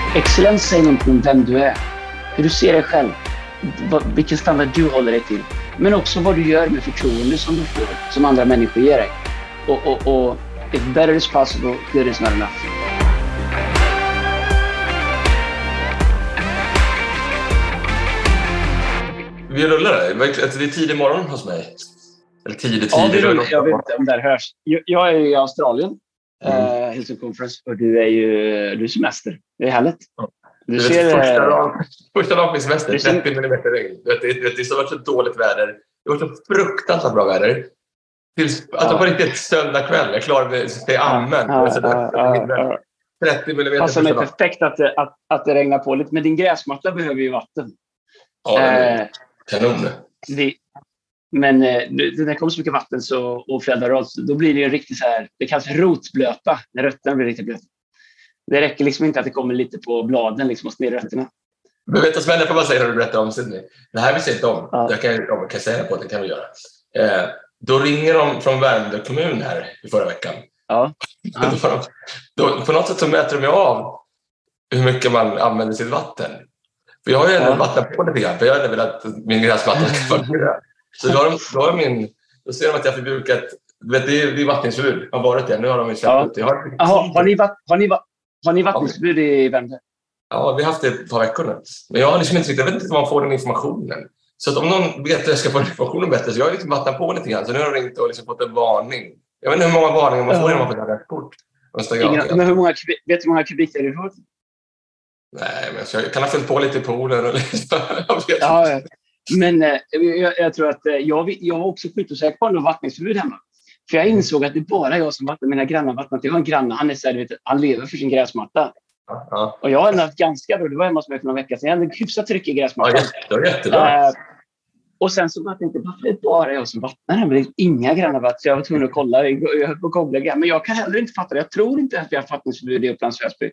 Excellens säger någonting om vem du är, hur du ser dig själv, vilken standard du håller dig till, men också vad du gör med förtroende som du får, som andra människor ger dig. Och if better is possible, good is not enough. Vi rullar det är tidig morgon hos mig. Eller tidig. Ja, vi rullar. Jag vet inte om det här hörs. Jag är i Australien, Hilton Conference, och du är semester. Det är härligt. Du ser första dagen med semester, 30 millimeter regn. Det har varit så dåligt väder. Det har varit så fruktansvärt bra väder. Alltså på riktigt söndag kväll. Jag klarar mig till ammen. 30 millimeter. Alltså det är perfekt att det regnar på lite. Men din gräsmatta behöver ju vatten. Ja, kanon. Men när det kommer så mycket vatten och fällda då blir det ju riktigt så här. Det kallas rotblöta när rötterna blir riktigt blöta. Det räcker liksom inte att det kommer lite på bladen liksom och ner rötterna. Men vet du vad jag säger när du berättar om Sydney? Det här visste jag inte om. Ja. Jag kan säga på att det kan vi göra. Då ringer de från Värmdö kommun här i förra veckan. Ja. Då, på något sätt så mäter de av hur mycket man använder sitt vatten. För jag har ju ändå vattnat på lite grann. För jag har velat att min gräsmatta ska vara grön. Så då ser de att jag förbrukat. Du vet, det är vattningsförbud. Har varit det. Nu har de släppt ut. Har ni vattningsförbud i Värmdö? Ja, vi har haft det ett par veckor nu. Men jag har liksom inte riktigt, jag vet inte var man får den informationen. Så att om någon vet att jag ska få informationen bättre, så jag har liksom vattnat på lite grann. Så nu har de ringt och liksom fått en varning. Jag vet inte hur många varningar man får när man får ett rättkort. Men vet du hur många kubikar du får? Nej, men jag kan ha fyllt på lite i poolen. Och ja, men jag tror att jag var också skitosäker på något vattningsförbud hemma. För jag insåg att det bara jag som vattnar. Mina grannar vattnar. Jag har en granne, han lever för sin gräsmatta. Ja. Och jag har haft ganska bra. Det var hemma som jag för några veckor sedan. Jag hade en hyfsat tryck i gräsmattan. Ja, det var jättebra. Och sen så var det inte varför det är bara jag som vattnar. Men det är inga grannar vattnar. Så jag var tvungen att kolla. Jag höll på att googla. Men jag kan heller inte fatta det. Jag tror inte att vi har vattningsförbud i Upplands Väsby.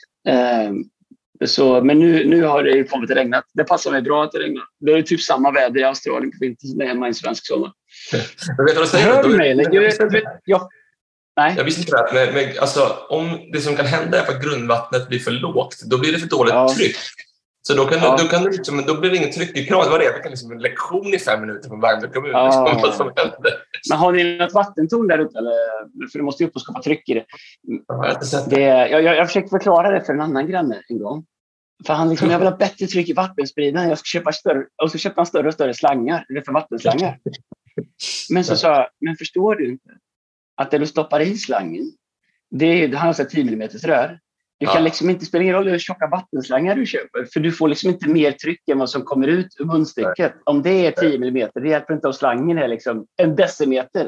Men nu har det kommit att regna. Det passar mig bra att det regnar. Det är typ samma väder i Australien på vintern som det är hemma i en svensk sommar. Jag vet vad du säger. Hör du mig? Nej. Jag visste inte det. Men alltså, om det som kan hända är att grundvattnet blir för lågt, då blir det för dåligt tryck. Så då då blir det ingen tryck i kranen. Det var det. Jag kan liksom en lektion i 5 minuter på Värmdö kommun. Vad som hände. Men har ni något vattentorn där ute? Eller? För det måste ju upp och skapa tryck i det. Jag har inte sett det. Jag försökte förklara det för en annan granne en gång. För han liksom, jag vill ha bättre tryck i vattenspridaren. Jag ska köpa större och större slangar. Det är för vattenslangar. Men så sa jag, men förstår du inte att det du stoppar i slangen, det handlar om 10 mm rör. Du kan liksom inte spela ingen roll hur tjocka vattenslangar du köper. För du får liksom inte mer tryck än vad som kommer ut ur munstycket. Om det är 10 mm, det hjälper inte om slangen är liksom 1 decimeter.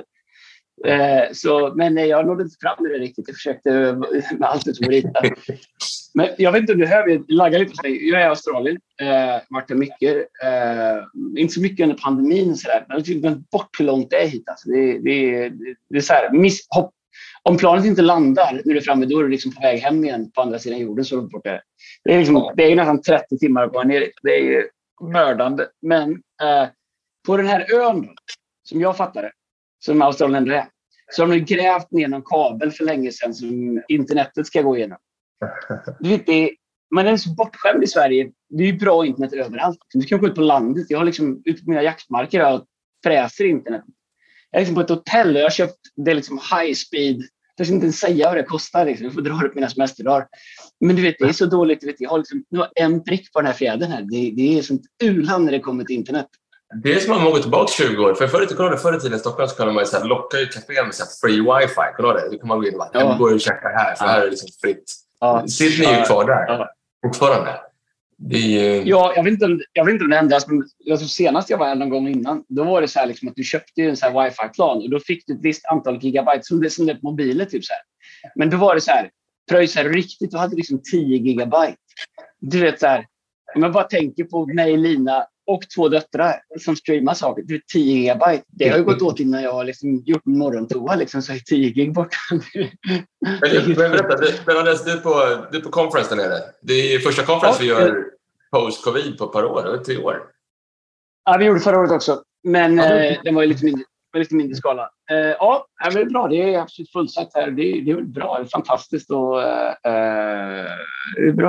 Men jag nådde inte fram med det riktigt. Jag försökte med allt utom rita. Men jag vet inte om du hör, vi laggar lite på sig. Jag är i Australien. Varit det mycket. Inte så mycket under pandemin och sådär. Men jag tycker inte bort hur långt det är hit. Alltså. Det är så här, om planet inte landar när du är framme, då är du liksom på väg hem igen på andra sidan jorden. Så bort det. Det är nästan 30 timmar att gå ner. Det är ju mördande. Men på den här ön, som jag fattar det, som Australien ändå är, så har de grävt ner någon kabel för länge sedan som internetet ska gå igenom. Du vet, man är så bortskämd i Sverige. Det är ju bra internet överallt. Du kan gå ut på landet. Jag har liksom ute på mina jaktmarker och fräser internet. Jag är liksom på ett hotell och jag har köpt det liksom high speed. Jag ska inte ens säga vad det kostar. Liksom. Jag får dra upp mina semesterdagar. Men du vet, det är så dåligt. Du vet, jag har liksom en prick på den här fjädern här. Det är sånt u-land när det kommer till internet. Det är som om man går tillbaka 20 år. För förr i tiden i Stockholm så kunde man ju så här, locka ut kaféer med så här free wifi. Då kan man gå in och bara, jag går och checka här. För här är det liksom fritt. Sydney är ju kvar där. Fortfarande. Det är ju... Ja, jag vet inte om det ändras. Men senast jag var här någon gång innan, då var det så här liksom att du köpte en så här wifi-plan. Och då fick du ett visst antal gigabyte. Som det är på mobiler typ så här. Men då var det så här, pröjsar riktigt. Du hade liksom 10 gigabyte. Du vet så här, om jag bara tänker på mig, Lina och 2 döttrar som streamar saker. Det är 10 gigabyte. Det har ju gått åt innan jag har liksom gjort en morgontoa. Liksom, så är 10 gig borta. Men berätta, du är på conference där nere. Det är första conference vi gör post-covid på ett par år. Eller 3 år. Ja, vi gjorde förra året också. Men den var ju lite mindre skala. Ja, det är bra. Det är absolut fullsatt här. Det är bra. Det är fantastiskt. Och, det är bra.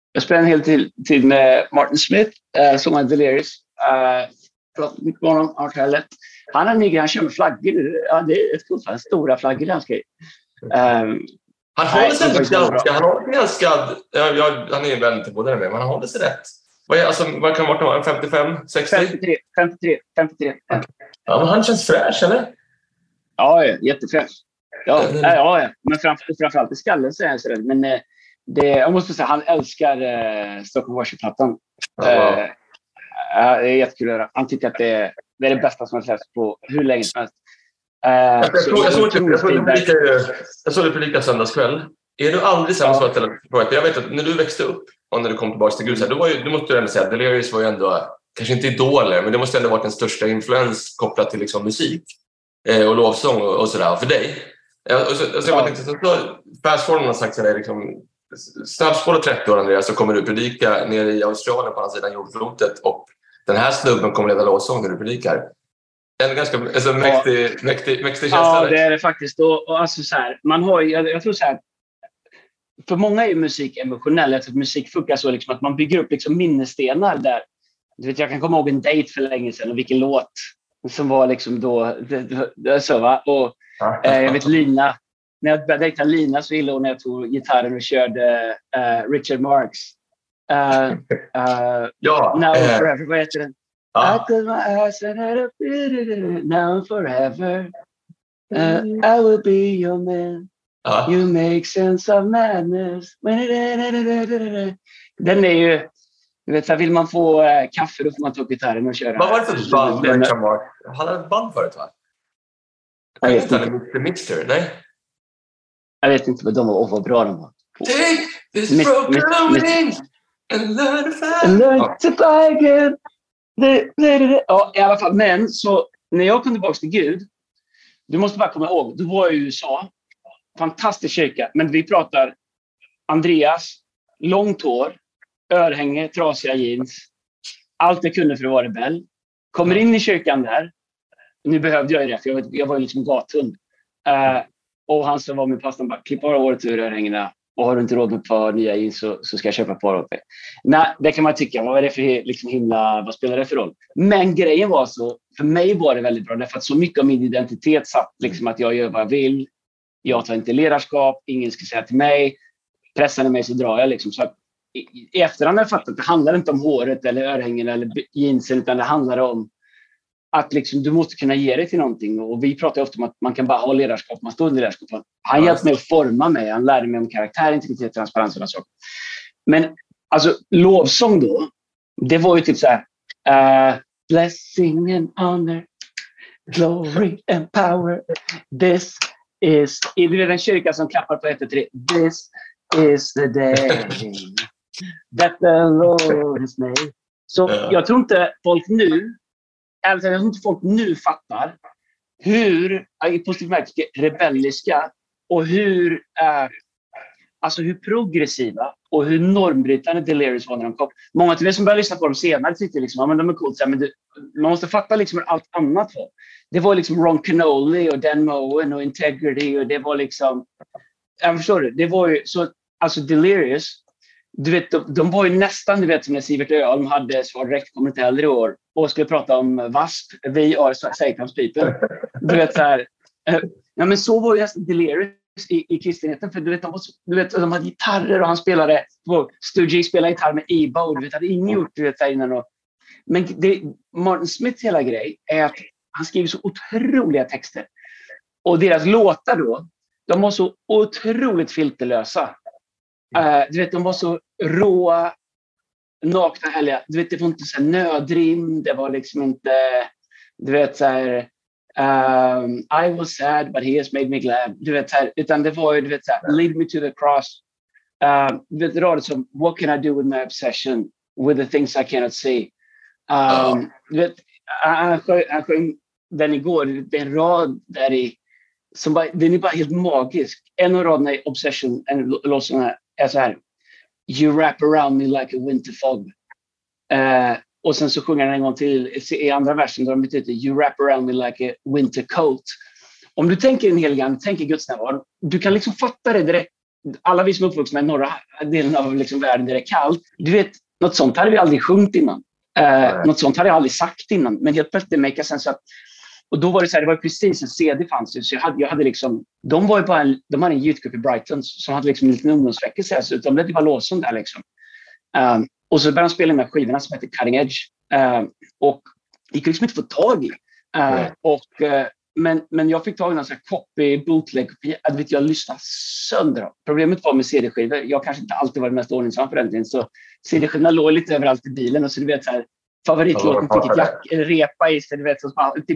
Jag spelade en hel tid med Martin Smith, som är Delirious. Pratat mycket med honom, artället. Han är ny, han kör med flaggor. Ja, det är ett coolt, stora flaggor han ska. Han håller sig ganska, han är ju vän till båda med, men han håller sig rätt. Vad kan det vara? 55, 60? 53. Ja, men han känns fräsch, eller? Ja, jättefräsch. Ja. Men framförallt i skallen så är han så rädd. Men jag måste säga, han älskar Stockholm Worship-plattan. Det är jättekul att höra. Han tycker att det är det bästa som har släppts på hur länge som helst. Jag såg det predika söndagskväll. Är du aldrig samma sak till projektet? Jag vet att när du växte upp och när du kom tillbaka till Gud, du måste ju ändå säga att Delirious var ju ändå, kanske inte idoler, men det måste ändå varit den största influens kopplat till liksom musik och lovsång och sådär för dig. Jag tänkte så fast-forward har sagt till dig liksom, snabbspåra 30 år, Andreas, så kommer du predika nere i Australien på andra sidan jordklotet, och den här snubben kommer leda lovsång när du predikar. En ganska mäktig känsla. Ja, det är det faktiskt. Och alltså så här, man har, jag tror så här, för många är musik emotionell. Jag tror att musik funkar så liksom att man bygger upp liksom minnesstenar där. Du vet, jag kan komma ihåg en dejt för länge sedan och vilken låt som var liksom då så, va? Och jag vet Lina, när jag började dejta Lina så gillade hon när jag tog gitarren och körde Richard Marx. Now and Forever, vad heter den? I close my eyes and now and forever I will be your man. You make sense of madness. Den är ju, du vet, så vill man få kaffe då får man ta upp gitarren och köra. Vad var det för band? Han hade ett band förut, va? Jag vet inte. The Mixture, nej? Jag vet inte vad de var och vad bra de var. Take this broken wing and learn to fly again. Ja, i alla fall. Men så när jag kom tillbaka till Gud, du måste bara komma ihåg, du var i USA, fantastisk kyrka, men vi pratar Andreas, långt hår, örhänge, trasiga jeans, allt jag kunde för att vara rebell. Kommer in i kyrkan där, nu behövde jag ju det, för jag var ju liksom gathund. Och han som var med pastorn bara, klipp bara håret ur örhängena, och har du inte råd med ett par nya jeans så ska jag köpa ett par åt dig. Nej, det kan man tycka. Vad är det för liksom vad spelar det för roll? Men grejen var så, för mig var det väldigt bra, därför att så mycket av min identitet satt liksom att jag gör vad jag vill. Jag tar inte ledarskap, ingen ska säga till mig. Pressar ni mig så drar jag liksom. Så att i efterhand har jag fattat att det handlar inte om håret eller örhängen eller jeansen, utan det handlar om att liksom, du måste kunna ge dig till någonting. Och vi pratar ofta om att man kan bara ha ledarskap, man står i ledarskap. Han hjälpte mig att forma mig, han lärde mig om karaktär, integritet, transparens och sånt. Men alltså lovsång då, det var ju typ så här blessing and honor, glory and power, this is, är det den kyrkan som klappar på 1 och 3, this is the day that the Lord has made. Så jag tror inte folk nu fattar hur, i positiv märkelse, rebelliska och hur progressiva och hur normbrytande Delirious var när de kom. Många till er som började lyssna på dem senare tyckte liksom, men de är coolt, men man måste fatta liksom allt annat var. Det var liksom Ron Canoli och Dan Moen och Integrity, och det var liksom, jag förstår det var ju så, alltså Delirious, du vet, de var ju nästan, du vet, som när Sivert Öholm hade Svar direkt, kommer inte äldre i år, och skulle prata om VASP, We Are Satan's People. Du vet så här, ja men så var ju nästan Delirious i kristenheten, för du vet, de hade gitarrer och han spelade, Stu spelade gitarr med Eba, och du vet, hade ingen gjort, du vet, innan. Men Martin Smiths hela grej är att han skriver så otroliga texter, och deras låtar då, de var så otroligt filterlösa. Du vet, de var så råa, nakna, härliga. Du vet, det var inte så här nödrim, det var liksom inte, du vet, så här I was sad but he has made me glad, du vet, så här, utan det var ju, du vet, så här, lead me to the cross, du vet, rader som what can I do with my obsession with the things I cannot see, du vet, han sjöng den igår, det är en rad där i som bara, den är bara helt magisk. En av raderna i Obsession, en låt som är så här: You wrap around me like a winter fog. Och sen så sjunger han en gång till i andra versen där de betyder You wrap around me like a winter coat. Om du tänker en helig ande, tänker Guds närvaro, du kan liksom fatta det direkt. alla vi som är uppvuxna i norra delen av liksom världen där det är kallt, du vet, något sånt hade vi aldrig sjungit innan. Något sånt hade jag aldrig sagt innan. Men helt plötsligt make sense så att, och då var det så här, det var precis en CD fanns det, så jag hade liksom, de hade en youthgrupp i Brighton som hade liksom en liten ungdomsväckelse, så de blev bara lovsång där liksom. Och så började de spela med skivorna som heter Cutting Edge. Och det gick liksom inte få tag i. Men jag fick tag i någon sån här copy, bootleg. Jag lyssnade sönder. Problemet var med CD-skivor. Jag kanske inte alltid var det mest ordningsam på den tiden. Så CD-skivorna låg lite överallt i bilen. Och så du vet så här, favoritlåten fick ett repa i sig. Du vet, så bara, och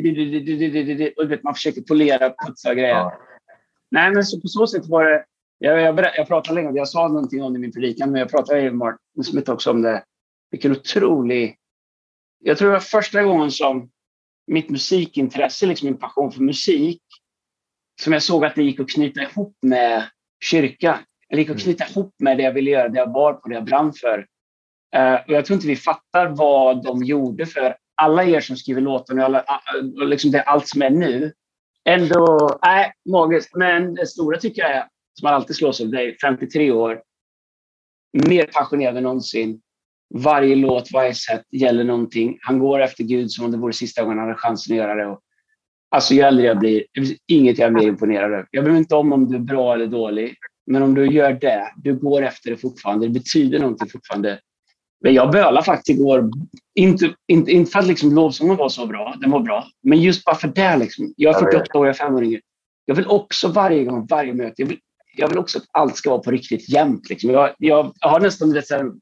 du vet, man försöker polera, putsa och grejer. Nej, men så på så sätt var det. Jag pratade länge, jag sa någonting om det i min predikan, men jag pratade med Martin Smith också om det. Vilken otrolig... Jag tror det var första gången som mitt musikintresse, liksom min passion för musik, som jag såg att det gick att knyta ihop med kyrka. Det gick att knyta ihop med det jag ville göra, det jag var på, det jag brann för. Och jag tror inte vi fattar vad de gjorde för alla er som skriver låtar och liksom det är allt som är nu. Ändå, magiskt. Men det stora tycker jag är, som man alltid slås av, det är 53 år. Mer passionerad än någonsin. Varje låt, varje sätt gäller någonting. Han går efter Gud som om det vore sista gången han hade chansen att göra det. Och, alltså ju äldre jag blir, det finns inget jag är mer imponerad av. Jag bryr mig inte om du är bra eller dålig. Men om du gör det, du går efter det fortfarande. Det betyder någonting fortfarande. Men jag bölade faktiskt igår. Inte för att liksom lovsången var så bra. Den var bra. Men just bara för det liksom. Jag är 48 år, jag är 5-åring. Jag vill också varje möte. Jag vill också att allt ska vara på riktigt jämnt. Liksom. Jag har nästan det så här,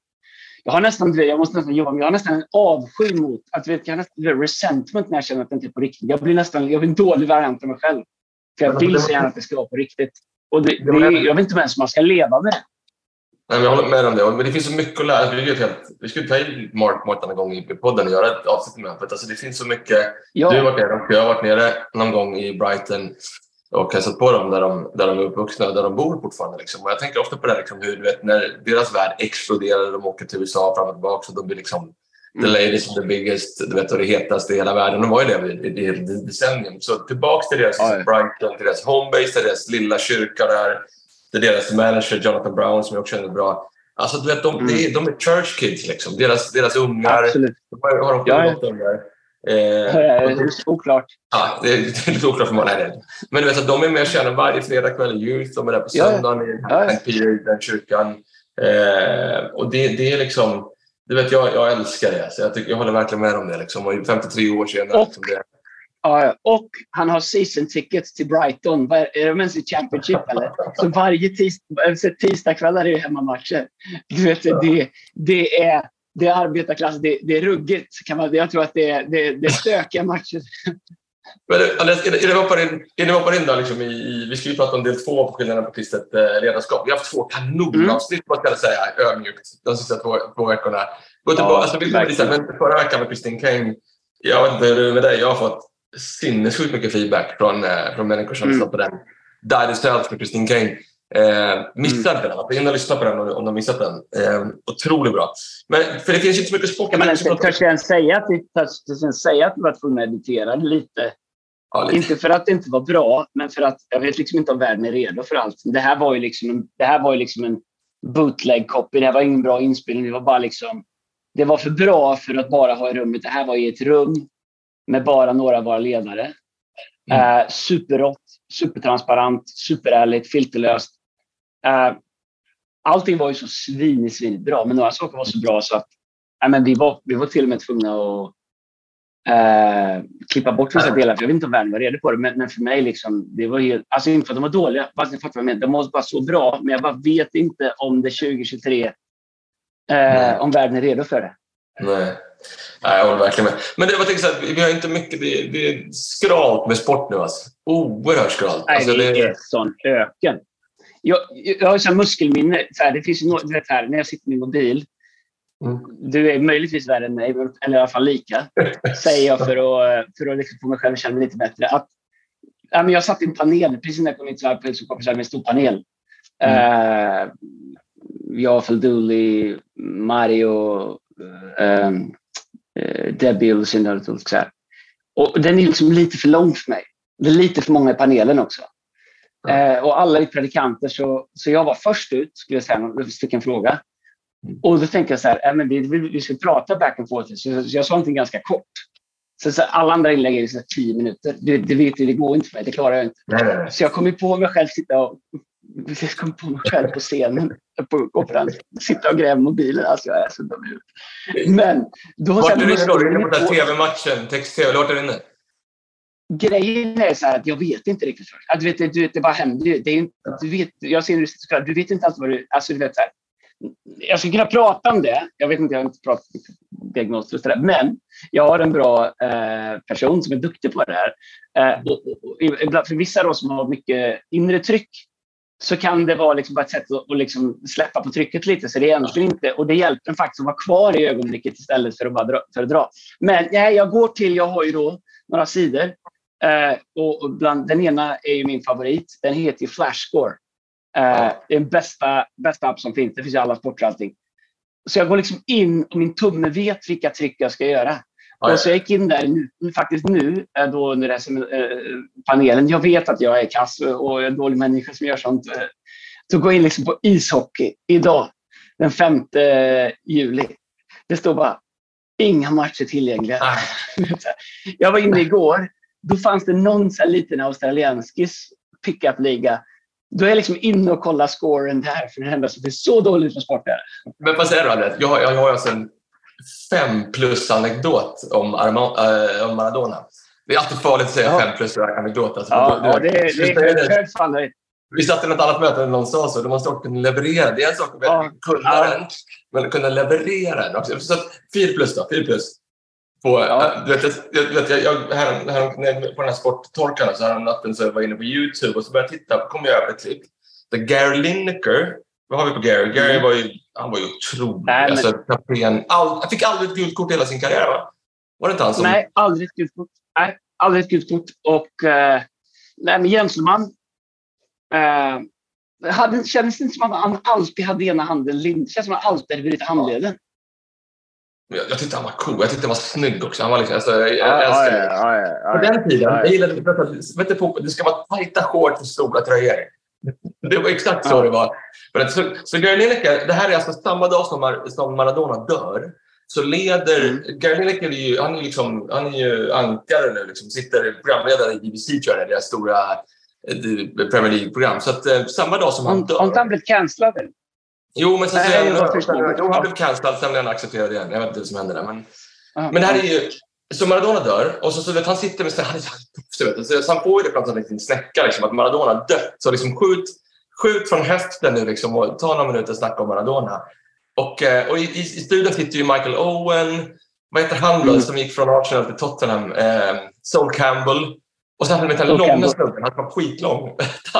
jag måste nästan jobba, men jag har nästan en avsky mot att jag nästan resentment när jag känner att det inte är på riktigt. Jag blir en dålig variant av mig själv. För jag vill så gärna att det ska vara på riktigt. Och jag vet inte ens om man ska leva med det. Nej, men jag håller med om det. Men det finns så mycket att lära. Vi skulle ta in Martin en gång i podden och göra ett avsnitt med. För att, alltså, det finns så mycket. Ja. Du har varit nere och jag har varit nere någon gång i Brighton och hälsat på dem där de är uppvuxna och där de bor fortfarande. Liksom. Och jag tänker ofta på det, liksom, hur du vet, när deras värld exploderar, de åker till USA fram och tillbaka, så de blir liksom the latest and the biggest, du vet, och det hetaste i hela världen. De var ju det i decennium. Så tillbaka till deras Brighton, till deras homebase, till deras lilla kyrka där. Det är deras manager Jonathan Brown som jag också känner bra. Alltså du vet, de är church kids liksom. Deras ungar. Absolut. De har gått där. Det är oklart. Ja, det är lite oklart för många är. Men du vet att de är med och känner varje fredag kväll i Youth. De är där på söndagen i den kyrkan. Och det är liksom, du vet, jag älskar det. Så jag håller verkligen med om det liksom. Och 53 år sedan liksom det. Ja, och han har season tickets till Brighton. Är det ens i Championship eller? Så varje tisdagkvällar är det hemmamatcher. Du vet, det är arbetarklass, det är ruggigt. Jag tror att det är stökiga matcher. Men Andreas, innan vi hoppar in då, liksom vi ska ju prata om del 2 på skillnaden på kristet ledarskap. Vi har haft 2 kanonavsnitt, vad ska jag säga, ödmjukt de sista 2 veckorna. Gå tillbaka, men förra veckan med Christine Kane, jag vet inte hur det är med dig, jag har fått sinnessjukt mycket feedback från människor som lyssnar på den. Die Self med Christine Kane. Missar den, att in och lyssna på den om de missat den. Otroligt bra. Men för det finns ju inte så mycket sport. Kan man kanske säga att du var tvungen att editera lite? Ja, lite. Inte för att det inte var bra, men för att jag vet liksom inte om världen är redo för allt. Det här var ju liksom en bootleg copy. Det här var ingen bra inspelning. Det var bara liksom, det var för bra för att bara ha i rummet. Det här var i ett rum med bara några av våra ledare. Superrått, supertransparent, superärligt, filterlöst. Allting var ju så svinigt bra, men några saker var så bra så att men vi var till och med tvungna att klippa bort vissa delar. För jag vet inte om världen var redo på det, men för mig liksom, det var helt, alltså inte för att de var dåliga, de var bara så bra, men jag bara vet inte om det 2023 om världen är redo för det. Nej, jag håller verkligen med. Men det var så att vi har inte mycket, det är skralt med sport nu alltså. Oerhört skralt. Alltså, det är sån öken. Jag har så muskelminne. Så här, det finns ju något här när jag sitter med min mobil. Du är möjligtvis värre än mig, eller i alla fall lika. Säger jag för att liksom få mig själv att känna mig lite bättre. Att, men jag satt i en panel, precis när jag kom in till Världshälsokonferensen, så kom jag med en stor panel. Jag, Felduli, Mario, Debbie och Lucinda och så här. Och den är liksom lite för lång för mig. Det är lite för många i panelen också. Och alla är predikanter, så jag var först ut, skulle jag säga, när jag fick en fråga. Och då tänkte jag så här, men vi ska prata back and forth. Så jag sa någonting ganska kort. Så alla andra inlägg är så 10 minuter. Det vet du, det går inte för mig, det klarar jag inte. Nej. Så jag kom på mig själv på scenen på konferens, sitta och gräva mobilen. Alltså jag är så dum ut. Men då vart är du inne då? Är du på den tv-matchen, text-tv, eller vart är du inne? Grejen är så här att jag vet inte riktigt. Att du vet, det bara händer. Det är inte, du vet, jag ser du vet inte alls vad du, alltså du vet så här. Jag skulle kunna prata om det. Jag vet inte, jag har inte pratat om diagnoser och sådär. Men jag har en bra person som är duktig på det här. Ibland för vissa då som har mycket inre tryck, så kan det vara liksom bara ett sätt att liksom släppa på trycket lite. Så det är egentligen inte, och det hjälper en faktiskt att vara kvar i ögonblicket istället för att bara dra. Men jag har ju då några sidor. Och den ena är ju min favorit. Den heter Flashscore. Det är den bästa app som finns. Det finns ju alla sporter och allting. Så jag går liksom in och min tumme vet vilka tryck jag ska göra. Och så jag gick in där nu då under panelen. Jag vet att jag är kass och en dålig människa som gör sånt. Så går jag in liksom på ishockey idag, den 5 juli. Det står bara inga matcher tillgängliga. Jag var inne igår. Då fanns det någon så här liten australienskis pick-up-liga. Då är jag liksom inne och kollar scoren där, för det är så dåligt för sport där. Men vad säger du, Anders? Jag har alltså en 5+-anekdot om Maradona. Det är alltid farligt att säga 5+-anekdot. Alltså, det är högt fallet. Vi satt i något annat möte och någon sa så. De måste också kunna leverera. Det är en sak att kunna den, men kunna leverera den också. Så 4+ då, 4+. På den här sporttorkarna så här om natten så jag var inne på YouTube och så började jag titta, kom jag över ett klipp där Gary Lineker, vad har vi på Gary? Gary var ju otrolig. Alltså, kapten. Jag fick aldrig ett gult kort hela sin karriär, va? Var det inte han som... Nej, aldrig ett gult kort. Och men gentleman kändes inte som att han alltid hade ena handen. Det känns som att han alltid hade blivit handleden. Jag tyckte han var cool. Jag tyckte han var snygg också. Han var liksom, alltså, jag älskar det. På den tiden, jag gillade det ska vara tajta shorts och stora tröjor. Det var exakt så det var. Så Gary Lineker, det här är alltså samma dag som Maradona dör. Så leder Gary Lineker, han är ju ankare nu, liksom, sitter programledare i BBC, tror jag, deras stora Premier League-program. Så att samma dag som han dör... Har inte han blivit cancellad? Jo, men han blev cancellad, sen blev han accepterad igen. Jag vet inte vad som hände där. Men det här är ju... Så Maradona dör, och så vet han sitter med... Så han får ju det fram som en liten snäcka, liksom, att Maradona dött. Så liksom skjut från höften nu liksom, och ta några minuter och snacka om Maradona. Och i studion sitter ju Michael Owen, vad heter han då, som gick från Arsenal till Tottenham, Sol Campbell, och sen med den långa snubben, han var skitlång.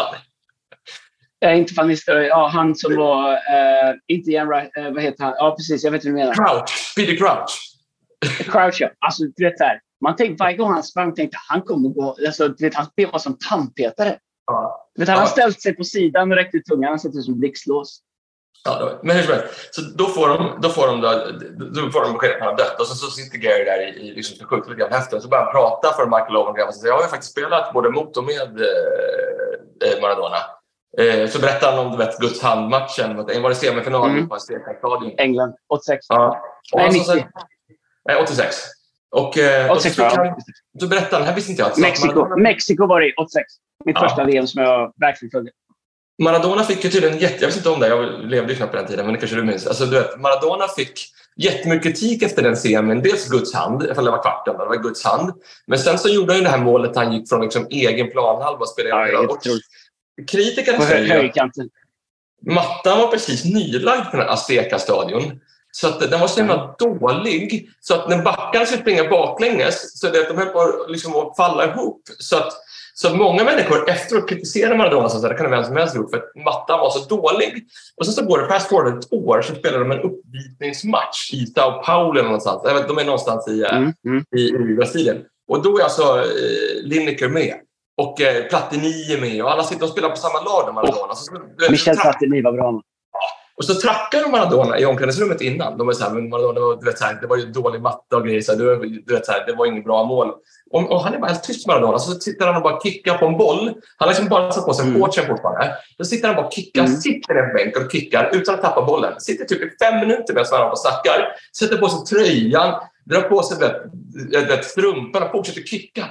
Inte fan historia. Han som var inte Ian Wright, vad heter han? Ja, precis, jag vet vad du menar. Peter Crouch, ja. Alltså, du vet där. Man tänkte varje gång han sprang, tänkte han kommer gå, alltså, du vet, han var som tandpetare. Du vet, han har ställt sig på sidan och räckt ut tungan, han sett ut som blixtlås. Men hur som helst, så då får de besked att han har dött, och så sitter Gary där i liksom ska skjuta lite grann häften, så börjar han prata för Michael Owen och säger, jag har ju faktiskt spelat både mot och med Maradona. Så berättar han om Guds hand-matchen, var det semifinal på Stadion. England 86. Nej, 90. Nej, 86. Och så berättar han, här visste inte jag. Mexiko var det 86. Mitt första VM som jag verkligen följde. Maradona fick ju tydligen jag visste inte om det, jag levde ju knappt på den tiden, men det kanske du minns. Alltså, du vet, Maradona fick jättemycket kritik efter den semin. Dels Guds hand, ifall det var kvarten, det var Guds hand. Men sen så gjorde han det här målet, han gick från liksom egen planhalva och spelade hela bort. Kritikerna säger att mattan var precis nylagd på den här Azteca-stadion. Så att den var så himla dålig, så att när backarna skulle springa baklänges, så att de höll på liksom att falla ihop. Så många människor efteråt kritiserade Maradona, så det kan det vem som helst gjort, för att mattan var så dålig. Och sen så går det fast forward ett år, så spelar de en uppvisningsmatch i Sao Paulo eller någonstans. Jag vet, de är någonstans i Brasilien. Och då är alltså Lineker med. Och Platini är med. Och alla sitter och spelar på samma lag med Maradona. Michel Platini var bra. Och så trackade de Maradona i omklädningsrummet innan. De var så här, men Maradona, du vet, så här, det var ju dålig matta och grejer. Så här, du vet, så här, det var ingen bra mål. Och han är bara helt tyst, Maradona. Så sitter han och bara kickar på en boll. Han har liksom bara satt på sig shortsen fortfarande. Då sitter han bara och kickar. Sitter i en bänk och kickar utan att tappa bollen. Sitter typ i 5 minuter medan han på snackar. Sätter på sig tröjan. Drar på sig strumpan och fortsätter kicka.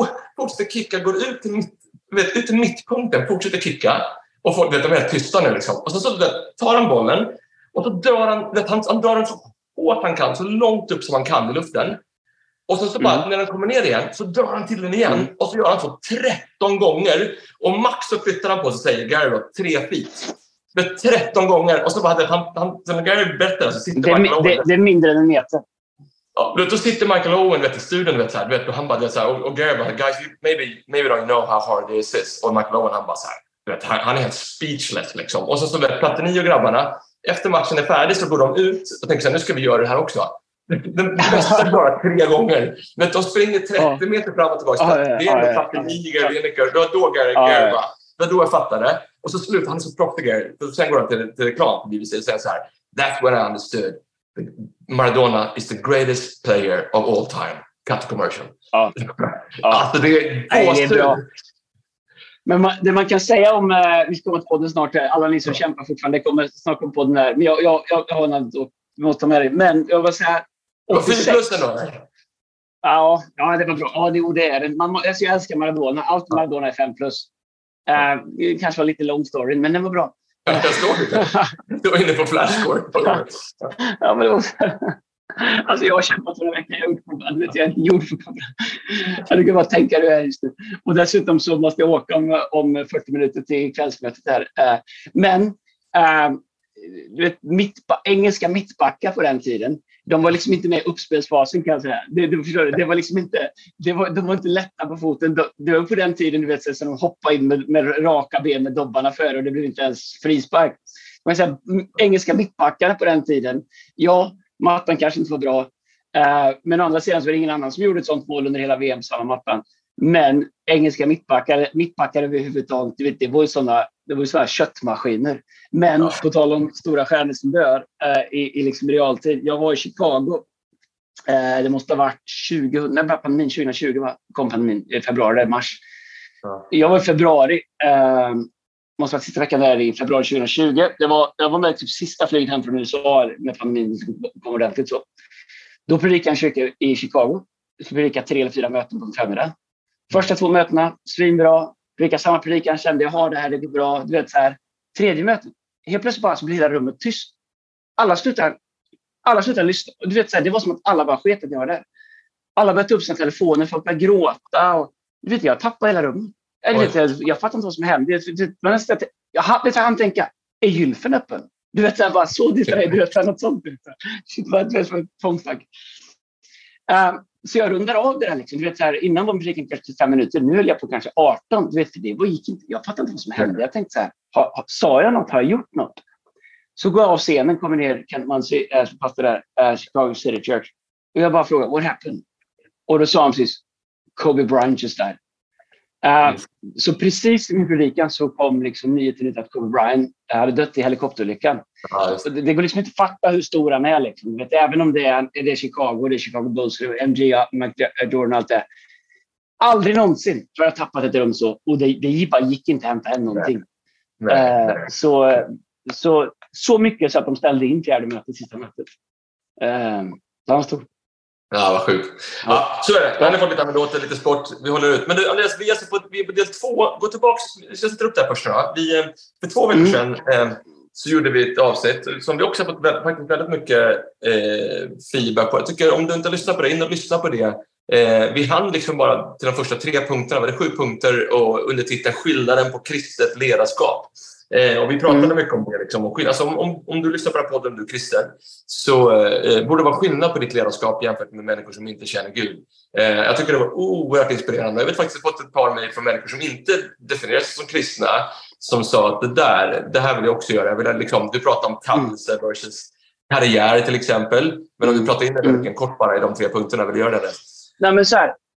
Går ut till mittpunkten. Fortsätter kicka. Och folk vet, de är helt tysta nu liksom. Och så tar han bollen och så drar han drar den så hårt han kan, så långt upp som han kan i luften. Och så bara när den kommer ner igen så drar han till den igen och så gör han så 13 gånger. Och max så flyttar han på sig, säger Gary då, 3 feet. Med 13 gånger. Och så bara han som Gary berättar så sitter Michael Owen. Det är mindre än en meter. Ja, då sitter Michael Owen i studion så här, och han bara så här, och Gary bara, guys, maybe don't know how hard this is. Och Michael Owen han bara så här, han är helt speechless liksom. Och så Platini och grabbarna, efter matchen är färdig så går de ut och tänker så här, nu ska vi göra det här också. Den bästa bara 3 gånger. Men de springer 30 meter fram och tillbaka. Det är ändå Platini, Gary, då Gary bara, då jag fattade. Och så slutar han så proffig Gary. Sen går han till reklam på BBC och säger så här, that's when I understood Maradona is the greatest player of all time. Cut to commercial. Alltså det är bra. Men det man kan säga om, vi ska komma till podden snart, alla ni som kämpar fortfarande, det kommer snart på podden här. Men jag har något och måste ta med dig. Men jag vill säga... 4+ då? Ja, det var bra. Ja, det är det. Jag älskar Maradona. Allt Maradona är 5+. Det kanske var lite lång story, men den var bra. Jag står lite. Du var inne på flashscore. Ja, men det var... Alltså jag har kämpat för en vecka, jag är inte gjord för kamera. Du kan bara tänka dig här just nu. Och dessutom så måste jag åka om 40 minuter till kvällsmötet här. Men du vet, engelska mittbackar på den tiden, de var liksom inte med i uppspelsfasen kan jag säga. Det var liksom inte, de var inte lätta på foten. Det var på den tiden, du vet, så de hoppade in med raka ben med dobbarna före och det blev inte ens frispark. Man säger, engelska mittbackar på den tiden, ja, mattan kanske inte var bra. Men å andra sidan så var det ingen annan som gjorde ett sånt mål under hela VM samma mattan. Men engelska mittbackar överhuvudtaget, du vet, det var ju sådana köttmaskiner. Men på tal om stora stjärnor som dör i liksom realtid. Jag var i Chicago. Det måste ha varit 2020 kom pandemin i februari, mars. Jag var i februari. Måste vara sista veckan där i februari 2020. Jag var med typ sista flyget hem från USA med pandemin kom ordentligt så. Då predikade jag en kyrka i Chicago. Jag predikade 3 eller 4 möten på förmiddagen. Första 2 mötena, svinbra. Predikade samma predikan, kände jag har det här, det går bra. Du vet så här. 3:e mötet, helt plötsligt bara så blir hela rummet tyst. Alla slutar lyssna. Du vet så här, det var som att alla bara sket att jag var där. Alla började ta upp sina telefoner, folk började gråta. Och, du vet, jag tappade hela rummet. Jag fattar inte vad som hände. Jag hann tänka, är gylfen öppen? Du vet, så här, bara så distraherad, du vet, något sånt. Du vet, som ett tvångstack. Så jag rundar av det där liksom. Du vet, så här, innan var musiken kanske 5 minuter, nu höll jag på kanske 18. Du vet, för det gick inte. Jag fattar inte vad som hände. Jag tänkte så här, sa jag något? Har jag gjort något? Så går jag av scenen, kommer ner, kan man se, pastor där, Chicago City Church. Och jag bara frågar, what happened? Och då sa han precis, Kobe Bryant just died. Så precis i min predikan så kom liksom nyheten ut att Kobe Bryant hade dött i helikopterolyckan. Det går liksom inte att fatta hur stor han är liksom. Vet, även om det är Chicago, det är Chicago Bulls, MJ, Jordan och allt det. Aldrig någonsin har jag tappat ett rum så. Och det bara gick inte att hämta hem någonting. Nej. Så mycket så att de ställde in 4:e mötet, sista mötet. Det var stort. Ja, vad sjukt. Ja, så är det. Jag har fått lite anekdoter, lite sport. Vi håller ut. Men du, Andreas, vi är på del 2. Gå tillbaka. Jag sätter upp det här först. För 2 veckor sedan så gjorde vi ett avsnitt som vi också har fått faktiskt väldigt mycket feedback på. Jag tycker om du inte lyssnar på det, in och lyssna på det. Vi hann liksom bara till de första 3 punkterna. Var det 7 punkter och under titeln skillnaden på kristet ledarskap. Och vi pratade mycket om det. Liksom, alltså om du lyssnar på den här podden, du är kristen, så borde det vara skillnad på ditt ledarskap jämfört med människor som inte känner Gud. Jag tycker det var oerhört inspirerande. Jag vet faktiskt fått ett par mejl från människor som inte definierar sig som kristna, som sa att det här vill jag också göra. Jag vill, liksom, du pratar om kallelse versus karriär till exempel. Men om du pratar in en kort bara i de 3 punkterna, vill du göra det? Nej, men så här.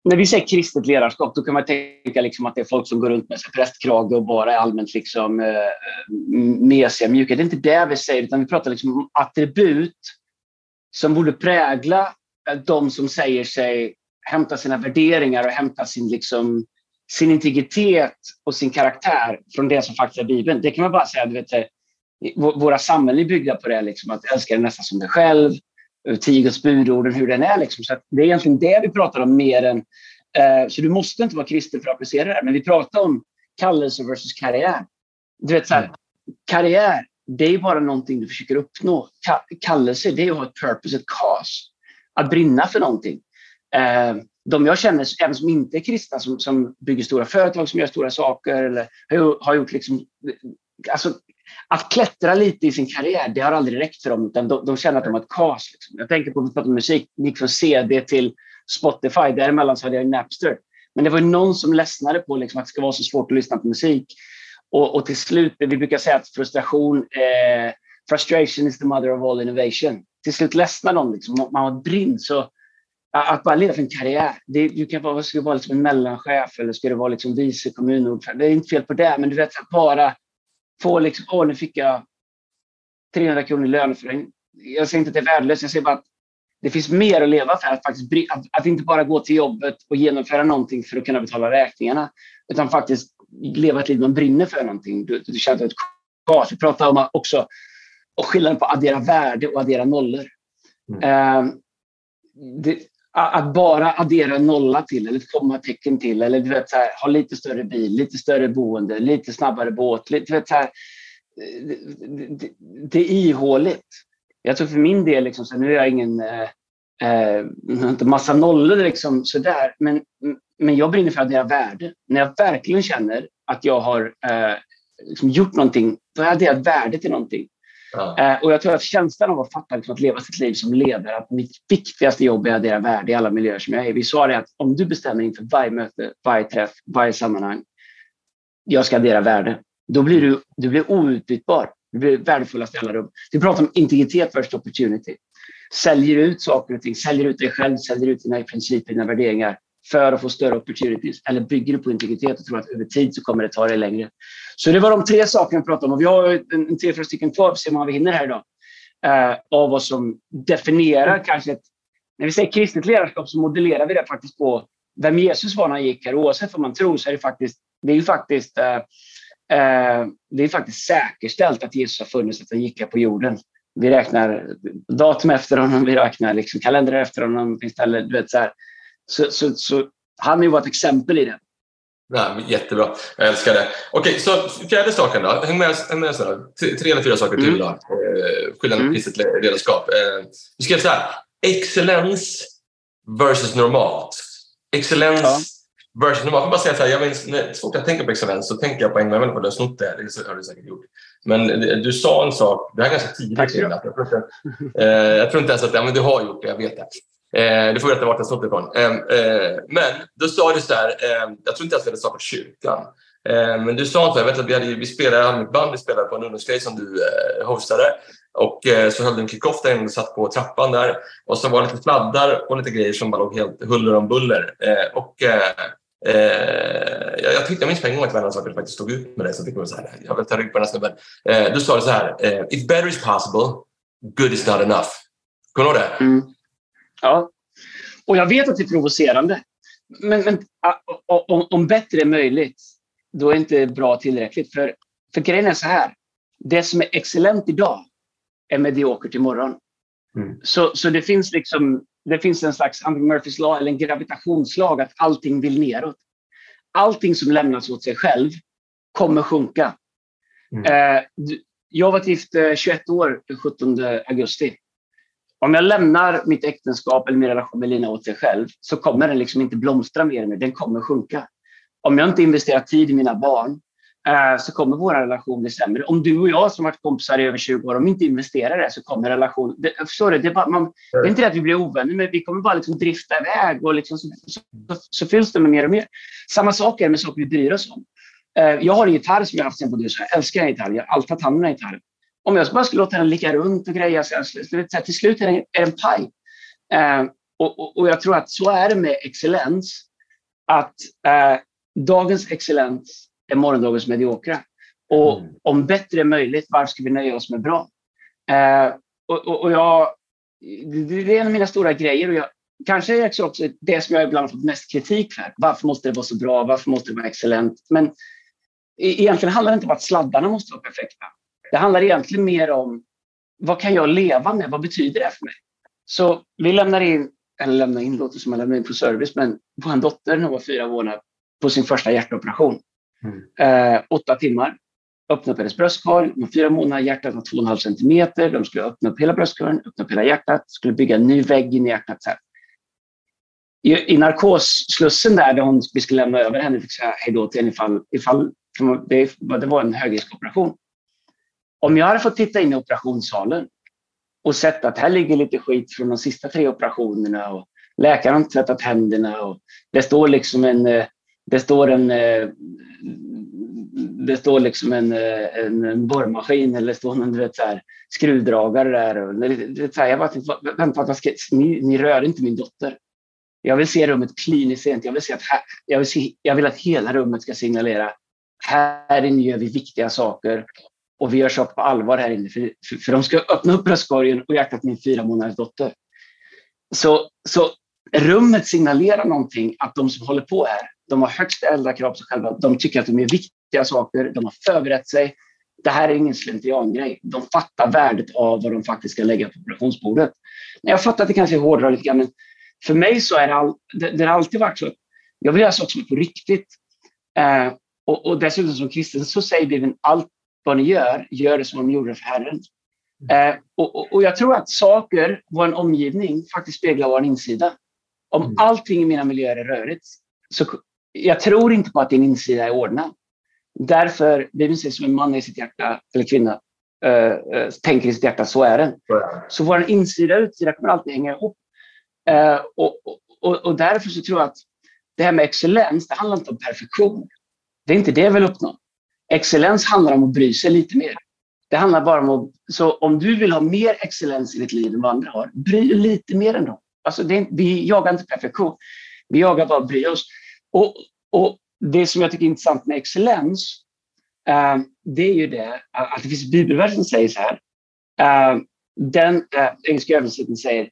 när vi säger kristet ledarskap, då kan man tänka liksom att det är folk som går runt med sig prästkrage och bara är allmänt liksom, mesiga, mjuka. Det är inte det vi säger, utan vi pratar liksom om attribut som borde prägla de som säger sig hämta sina värderingar och hämta sin integritet och sin karaktär från det som faktiskt är Bibeln. Det kan man bara säga, du vet, våra samhällen är byggda på det, liksom, att älska nästan som dig själv, 10 Guds budorden, hur den är. Liksom. Så att det är egentligen det vi pratar om mer än... så du måste inte vara kristen för att applicera det här, men vi pratar om kallelse versus karriär. Du vet, så här, karriär, det är bara någonting du försöker uppnå. Kallelse, det är att ha ett purpose, ett cause. Att brinna för någonting. De jag känner, även som inte är kristna, som bygger stora företag, som gör stora saker, eller har gjort liksom... Alltså, att klättra lite i sin karriär, det har aldrig räckt för dem, utan de känner att de har ett cause. Liksom. Jag tänker på musik, gick från CD till Spotify, däremellan så hade jag Napster. Men det var ju någon som ledsnade på liksom, att det ska vara så svårt att lyssna på musik. Och till slut, vi brukar säga att frustration is the mother of all innovation. Till slut ledsnar någon, liksom, man har brinn. Så att bara leva för en karriär, du kan ska vara liksom en mellanchef, eller ska du vara liksom vice kommunordförande. Det är inte fel på det, men du vet att bara få liksom, nu fick jag 300 kronor i lön för det. Jag säger inte att det är värdelöst, jag säger bara att det finns mer att leva för. Att inte bara gå till jobbet och genomföra någonting för att kunna betala räkningarna, utan faktiskt leva ett liv man brinner för någonting. Du känner ett kvar. Vi pratar om också och skillnaden på att addera värde och addera nollor. Att bara addera en nolla till eller ett kommatecken till, eller du vet, så här, ha lite större bil, lite större boende, lite snabbare båt, lite, du vet, så här, det är ihåligt. Jag tror för min del liksom, så nu är jag ingen inte massa nollor liksom, sådär, men jag brinner för att addera värde. När jag verkligen känner att jag har liksom gjort någonting, då har jag adderat värde till någonting. Ja. Och jag tror att känslan av att fatta liksom, att leva sitt liv som ledare, att mitt viktigaste jobb är att addera värde i alla miljöer som jag är. Vi sa det att om du bestämmer inför varje möte, varje träff, varje sammanhang, jag ska addera värde, då blir du blir outbytbar. Du blir värdefullast i alla rum. Vi pratar om integritet versus opportunity. Säljer ut saker och ting, säljer ut dig själv, säljer ut dina principer, dina värderingar för att få större opportunities, eller bygger du på integritet och tror att över tid så kommer det ta dig längre. Så det var de 3 sakerna vi pratade om, och vi har en 3-4 stycken kvar för att se om vi hinner här idag. Av vad som definierar kanske när vi säger kristet ledarskap, så modellerar vi det faktiskt på vem Jesus var när han gick här. Oavsett vad man tror så är det är faktiskt säkerställt att Jesus har funnits, att han gick här på jorden. Vi räknar datum efter honom, vi räknar liksom kalender efter honom istället, du vet, så här. Så han är ju ett exempel i det. Ja, jättebra, jag älskar det. Okej, så fjärde saken då. Häng med 3 eller 4 saker till då. Skillnaden på kristet ledarskap. Vi skrev så här: excellens versus normalt. Excellens versus normalt. Jag får bara säga så här, jag minns, så fort jag tänker på excellens så tänker jag på en gång på det, snott det har du säkert gjort. Men du sa en sak, det här är ganska tidigt. Jag tror inte ens att men du har gjort det, jag vet det. Du får veta vart jag snott ifrån. Men då sa du så här, jag tror inte ens vi hade startat kyrkan. Men du sa att jag vet att vi spelade mitt band, vi spelade på en ungdomsgrej som du hostade. Och så höll du en kick-off där och satt på trappan där. Och så var det lite sladdar och lite grejer som bara låg helt huller om buller. Jag minns på en gång att vänner saker faktiskt stod ut med det. Så jag fick så här, jag vill ta rygg på den här snubben. Du sa det så här, if better is possible, good is not enough. Kommer du ihåg det? Ja, och jag vet att det är provocerande. Men om bättre är möjligt, då är inte bra tillräckligt. För grejen är så här, det som är excellent idag är mediokert imorgon. Så det finns liksom, det finns en slags Murphys lag eller en gravitationslag att allting vill neråt. Allting som lämnas åt sig själv kommer sjunka. Jag var gift 21 år den 17 augusti. Om jag lämnar mitt äktenskap eller min relation med Lina åt sig själv, så kommer den liksom inte blomstra mer. Den kommer sjunka. Om jag inte investerar tid i mina barn, så kommer vår relation bli sämre. Om du och jag som varit kompisar i över 20 år, om vi inte investerar det, så kommer relationen... Förstår du? Det är inte det att vi blir ovänner, men vi kommer bara liksom drifta iväg och liksom så fylls det med mer och mer. Samma sak är med saker vi bryr oss om. Jag har en gitarr som jag har haft sen på det, så jag älskar en gitarr. Jag har alltid tagit hand om en gitarr. Om jag bara skulle låta den ligga runt och greja, så till slut är det en paj. Och jag tror att så är det med excellens. att dagens excellens är morgondagens mediokra. Och om bättre är möjligt, varför ska vi nöja oss med bra? Och det är en av mina stora grejer. Och kanske är det också det som jag ibland fått mest kritik för. Varför måste det vara så bra? Varför måste det vara excellent? Men egentligen handlar det inte om att sladdarna måste vara perfekta. Det handlar egentligen mer om vad kan jag leva med? Vad betyder det för mig? Så vi lämnar in låter som att lämna in på service, men vår dotter när hon var 4 månader på sin första hjärtoperation. 8 timmar. Öppna upp hennes bröstkorg. Med 4 månader, hjärtat var 2,5 centimeter. De skulle öppna upp hela bröstkorgen, öppna upp hela hjärtat. Skulle bygga en ny vägg in i hjärtat. Så här. I narkosslussen där vi skulle lämna över henne, fick säga hej då till henne ifall det var en högriskoperation. Om jag hade fått titta in i operationssalen och sett att här ligger lite skit från de sista 3 operationerna och läkaren har inte tvättat händerna och det står liksom en borrmaskin eller det står en skruvdragare där. Och jag bara tänkte, vänta, ni rör inte min dotter. Jag vill se rummet kliniskt rent. Jag vill att hela rummet ska signalera här inne gör vi viktiga saker och vi gör saker på allvar här inne. För de ska öppna upp bröstkorgen och hjärtat min 4 månaders dotter. Så rummet signalerar någonting att de som håller på här, de har högst äldre krav på sig själva. De tycker att de är viktiga saker. De har förberett sig. Det här är ingen slentriangrej. De fattar värdet av vad de faktiskt ska lägga på operationsbordet. Jag fattar att det kanske är hårdare lite grann, men för mig så är det har alltid varit så att jag vill göra saker som är på riktigt. Och dessutom som kristen så säger Bibeln allt vad ni gör det som ni gjorde för Herren. Och jag tror att saker, vår omgivning faktiskt speglar vår insida. Om allting i mina miljöer är rörigt så jag tror inte på att din insida är ordnad. Därför, Bibeln säger som en man i sitt hjärta eller kvinna tänker i sitt hjärta, så är den. Så vår insida och utsida kommer alltid hänga ihop. Och därför så tror jag att det här med excellens, det handlar inte om perfektion. Det är inte det jag vill uppnå. Excellens handlar om att bry sig lite mer. Det handlar bara om så om du vill ha mer excellens i ditt liv än vad andra har, bry dig lite mer än dem. Alltså vi jagar inte perfektion. Vi jagar bara att bry oss. Och det som jag tycker är intressant med excellens, det är ju det att det finns bibelverser som säger så här. Den engelska översättningen säger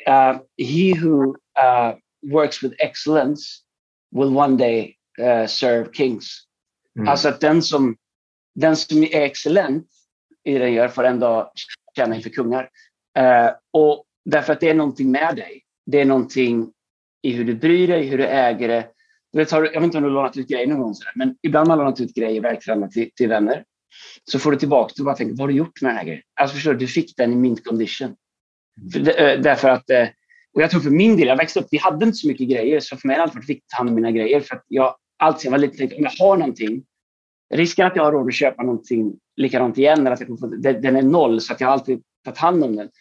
he who works with excellence will one day serve kings. Alltså att den som är excellent i det gör får en dag tjäna inför kungar. Och därför att det är någonting med dig. Det är någonting i hur du bryr dig, hur du äger det. Jag vet inte om du har lånat ut grejer någon gång, men ibland har man lånat ut grejer verkligen till vänner. Så får du tillbaka och bara tänker, vad har du gjort med den här grejen? Alltså förstår du fick den i mint condition. Därför att, och jag tror för min del, jag växte upp, vi hade inte så mycket grejer, så för mig har det alltid varit viktigt att ta hand om mina grejer. För att jag alltid var lite tänkt, om jag har någonting, risken att jag har råd att köpa någonting likadant igen, eller att den är 0, så att jag har alltid tagit hand om den.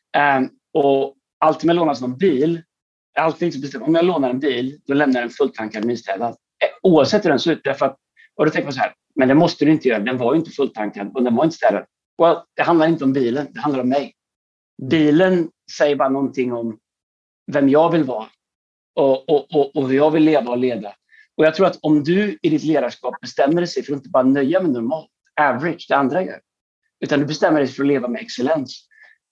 Och alltid med lånas någon bil, om jag lånar en bil, då lämnar jag den fulltankad nystädad. Oavsett hur den ser ut, därför att, och då tänker man så här, men det måste du inte göra, den var ju inte fulltankad och den var inte städad. Well, det handlar inte om bilen, det handlar om mig. Bilen säger bara någonting om vem jag vill vara och hur jag vill leva och leda. Och jag tror att om du i ditt ledarskap bestämmer dig för att inte bara nöja med normalt, average, det andra gör, utan du bestämmer dig för att leva med excellens,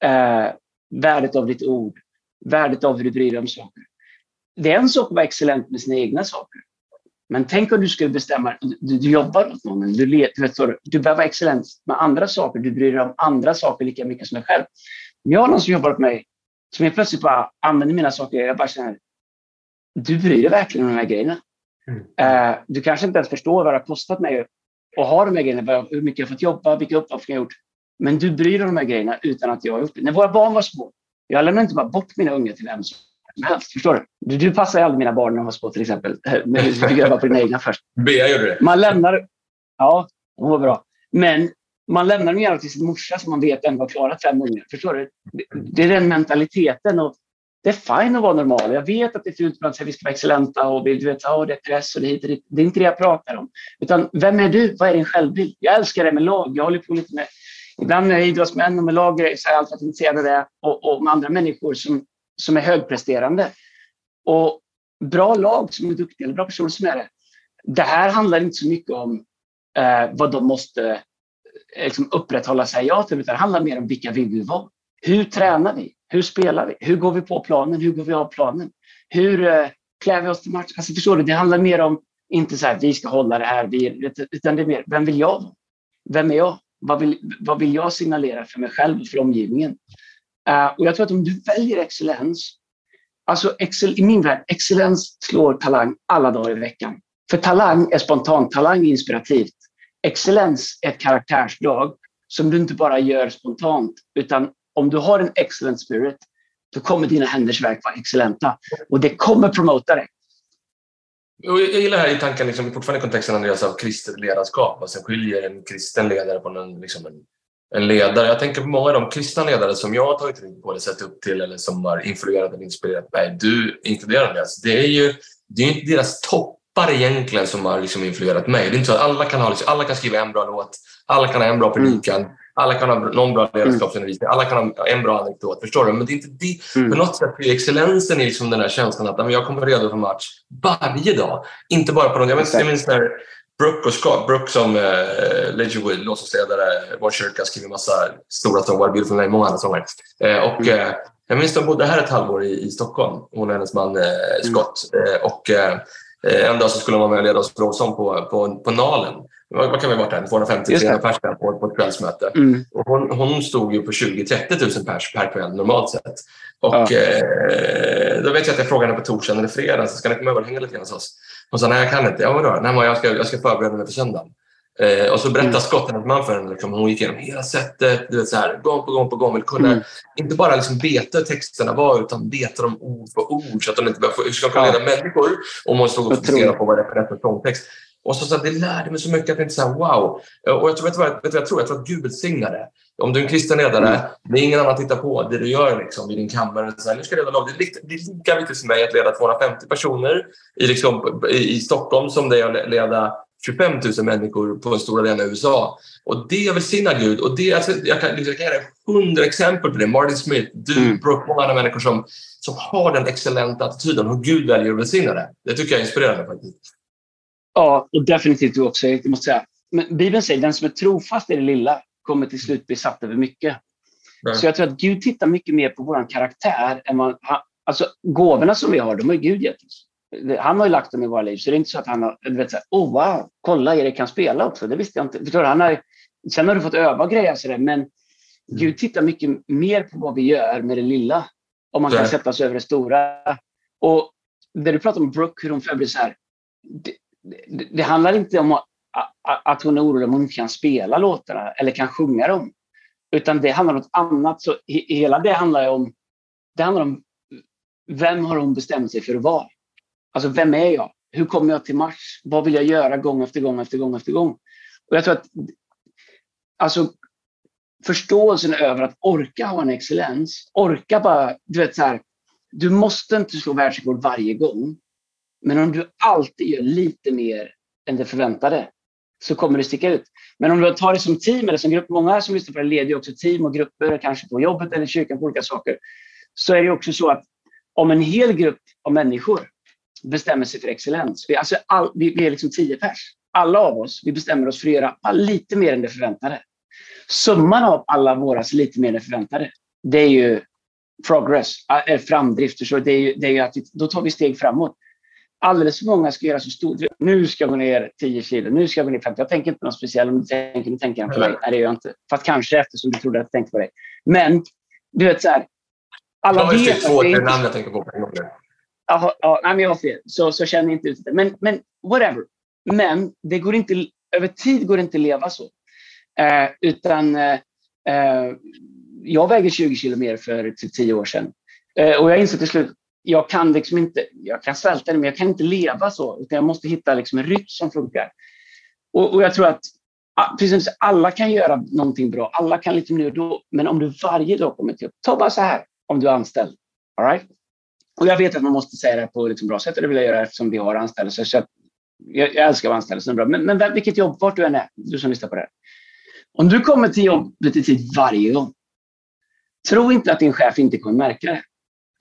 värdet av ditt ord, värdet av hur du bryr dig om saker. Det är en sak att vara excellent med sina egna saker. Men tänk om du skulle bestämma, du jobbar åt någon, du behöver vara excellent med andra saker, du bryr dig om andra saker lika mycket som dig själv. Om jag har någon som jobbar åt mig, som jag plötsligt bara använder mina saker, jag bara känner, du bryr dig verkligen om de här grejerna. Du kanske inte ens förstår vad det har kostat mig att ha de här grejerna, hur mycket jag har fått jobba, vilka uppdrag jag har gjort. Men du bryr dig om de här grejerna utan att jag har gjort det. När våra barn var små, jag lämnade inte bara bort mina unga till vem som helst, förstår du? Du passar ju aldrig mina barn när de var små till exempel. Men du gör bara på dina egna först. Bea gjorde det. Man lämnar, ja, hon var bra. Men man lämnar dem gärna till sin morsa som man vet ändå har klarat 5 ungar. Förstår du? Det är den mentaliteten och det är fint att vara normal. Jag vet att det är fult att vi ska vara excellenta och du vet, det är press och det hit och dit. Det är inte det jag pratar om. Utan vem är du? Vad är din självbild? Jag älskar det med lag. Jag håller på lite med, ibland med idrottsmän och med lag så är jag alltid intresserad av det och med andra människor som är högpresterande. Och bra lag som är duktiga, eller bra personer som är det. Det här handlar inte så mycket om vad de måste liksom upprätthålla sig utan det handlar mer om vilka vi vill vara. Hur tränar vi? Hur spelar vi? Hur går vi på planen? Hur går vi av planen? Hur klär vi oss till match? Alltså förstår du, det handlar mer om inte så här, vi ska hålla det här, utan det är mer, vem vill jag vara? Vem är jag? Vad vill jag signalera för mig själv och för omgivningen? Och jag tror att om du väljer excellens, alltså i min värld, excellens slår talang alla dagar i veckan. För talang är spontant, talang är inspirativt. Excellens är ett karaktärsdrag som du inte bara gör spontant, utan om du har en excellent spirit, då kommer dina händers verk vara excellenta. Och det kommer promota dig. Jag gillar här i tanken, liksom, fortfarande i kontexten Andreas, av kristet ledarskap. Vad som skiljer en kristen ledare på en ledare. Jag tänker på många av de kristna ledare som jag har tagit rygg på eller sett upp till eller som har influerat eller inspirerat mig. Du inkluderar det. Det är ju inte deras toppar egentligen som har liksom influerat mig. Det är inte så att alla kan skriva en bra låt, alla kan ha en bra predikan, alla kan ha någon bra ledarskapsundervisning, alla kan ha en bra anekdot, förstår du? Men det är inte det. På något sätt är excellensen i liksom den här känslan att jag kommer redo för match varje dag. Inte bara på någon. Jag minns när Brooke som Leisure Wood, låtsasledare, vår kyrka, skriver massa stora sånger, What a Beautiful Name, många andra sånger. Jag minns de bodde här ett halvår i Stockholm, hon och hennes man Scott. En dag så skulle man leda oss lovsång på Nalen. Vad kan vi varit här? 250-300 pers på ett kvällsmöte. Och hon stod ju på 20-30 000 pers per kväll normalt sett. Och då vet jag att jag frågade henne på torsdagen eller fredag, så ska ni komma över och hänga lite grann hos oss? Hon sa, nej jag kan inte. Ja, vadå? Nej, jag ska förbereda mig för söndagen. Och så berättade Scott, hennes man, för henne. Liksom, hon gick igenom hela sättet, du vet, så här, gång på gång. Vill kunna inte bara liksom beta texterna var, utan beta dem ord för ord, så att de inte börjar hur ska de kunna leda människor om man stod och fokuserade på vad det är för rätt sångtext. Och så det lärde mig så mycket att jag inte sa wow. Och jag tror att Gud välsignar det. Om du är en kristen ledare, det är ingen annan att titta på det du gör liksom, i din kammare. Så här, nu ska jag leda lag. Det är lika viktigt för mig att leda 250 personer i Stockholm som det är att leda 25 000 människor på en stor arena i USA. Och det välsignar Gud. Och det, alltså, jag kan ge 100 exempel på det. Martin Smith, du, Brooke, många andra människor som har den excellenta attityden. Hur Gud väljer att välsigna det. Det tycker jag är inspirerande faktiskt. Ja, och definitivt du också, jag måste säga. Men Bibeln säger, den som är trofast i det lilla kommer till slut bli satt över mycket. Så jag tror att Gud tittar mycket mer på vår karaktär än alltså gåvorna som vi har, de har ju Gud gett oss. Han har ju lagt dem i våra liv, så det är inte så att han har, du vet, så här, wow, kolla, Erik kan spela också, det visste jag inte. Förstår du? Sen har du fått öva grejer så där, men Gud tittar mycket mer på vad vi gör med det lilla, om man kan sätta sig över det stora. Och när du pratar om Brooke, hur hon förbereder så här, det handlar inte om att hon är orolig om hon inte kan spela låtarna eller kan sjunga dem, utan det handlar om något annat. Så hela det handlar om vem har hon bestämt sig för att vara? Alltså, vem är jag? Hur kommer jag till match? Vad vill jag göra gång efter gång? Och jag tror att alltså, förståelsen över att orka ha en excellens, orka bara, du vet så här, du måste inte slå världsrekord varje gång, men om du alltid gör lite mer än det förväntade så kommer det sticka ut. Men om du tar det som team eller som grupp, många som lyssnar på det leder ju också team och grupper, kanske på jobbet eller kyrkan på olika saker, så är det också så att om en hel grupp av människor bestämmer sig för excellens, vi är liksom 10 pers, alla av oss, vi bestämmer oss för att göra lite mer än det förväntade. Summan av alla våras lite mer än det förväntade, det är ju progress, framdrift. Så det är ju att då tar vi steg framåt. Alldeles för många ska göra så stort. Nu ska jag gå ner 10 kilo, nu ska jag gå ner 50. Jag tänker inte på något speciellt. Om du tänker på mig. Nej, det gör jag inte. Fast kanske eftersom du trodde att jag tänkte på dig. Men du vet så här. Alla vet att det är inte... jag tänker på en gång. Ja, nej, men jag har fel. Så känner jag inte ut det. Men whatever. Men det går inte, över tid går det inte att leva så. Jag väger 20 kilo mer för typ 10 år sedan. Och jag insåg till slut, jag kan svälta det, men jag kan inte leva så. Utan jag måste hitta liksom en rytm som funkar. Och jag tror att precis, alla kan göra någonting bra. Alla kan lite nu och då. Men om du varje dag kommer till, ta bara så här om du är anställd. All right? Och jag vet att man måste säga det på ett liksom bra sätt. Och det vill jag göra eftersom vi har anställda. Så jag älskar att vara anställd. Så bra. Men vilket jobb, vart du än är, du som lyssnar på det. Om du kommer till jobbet i tid varje gång, tro inte att din chef inte kommer märka det.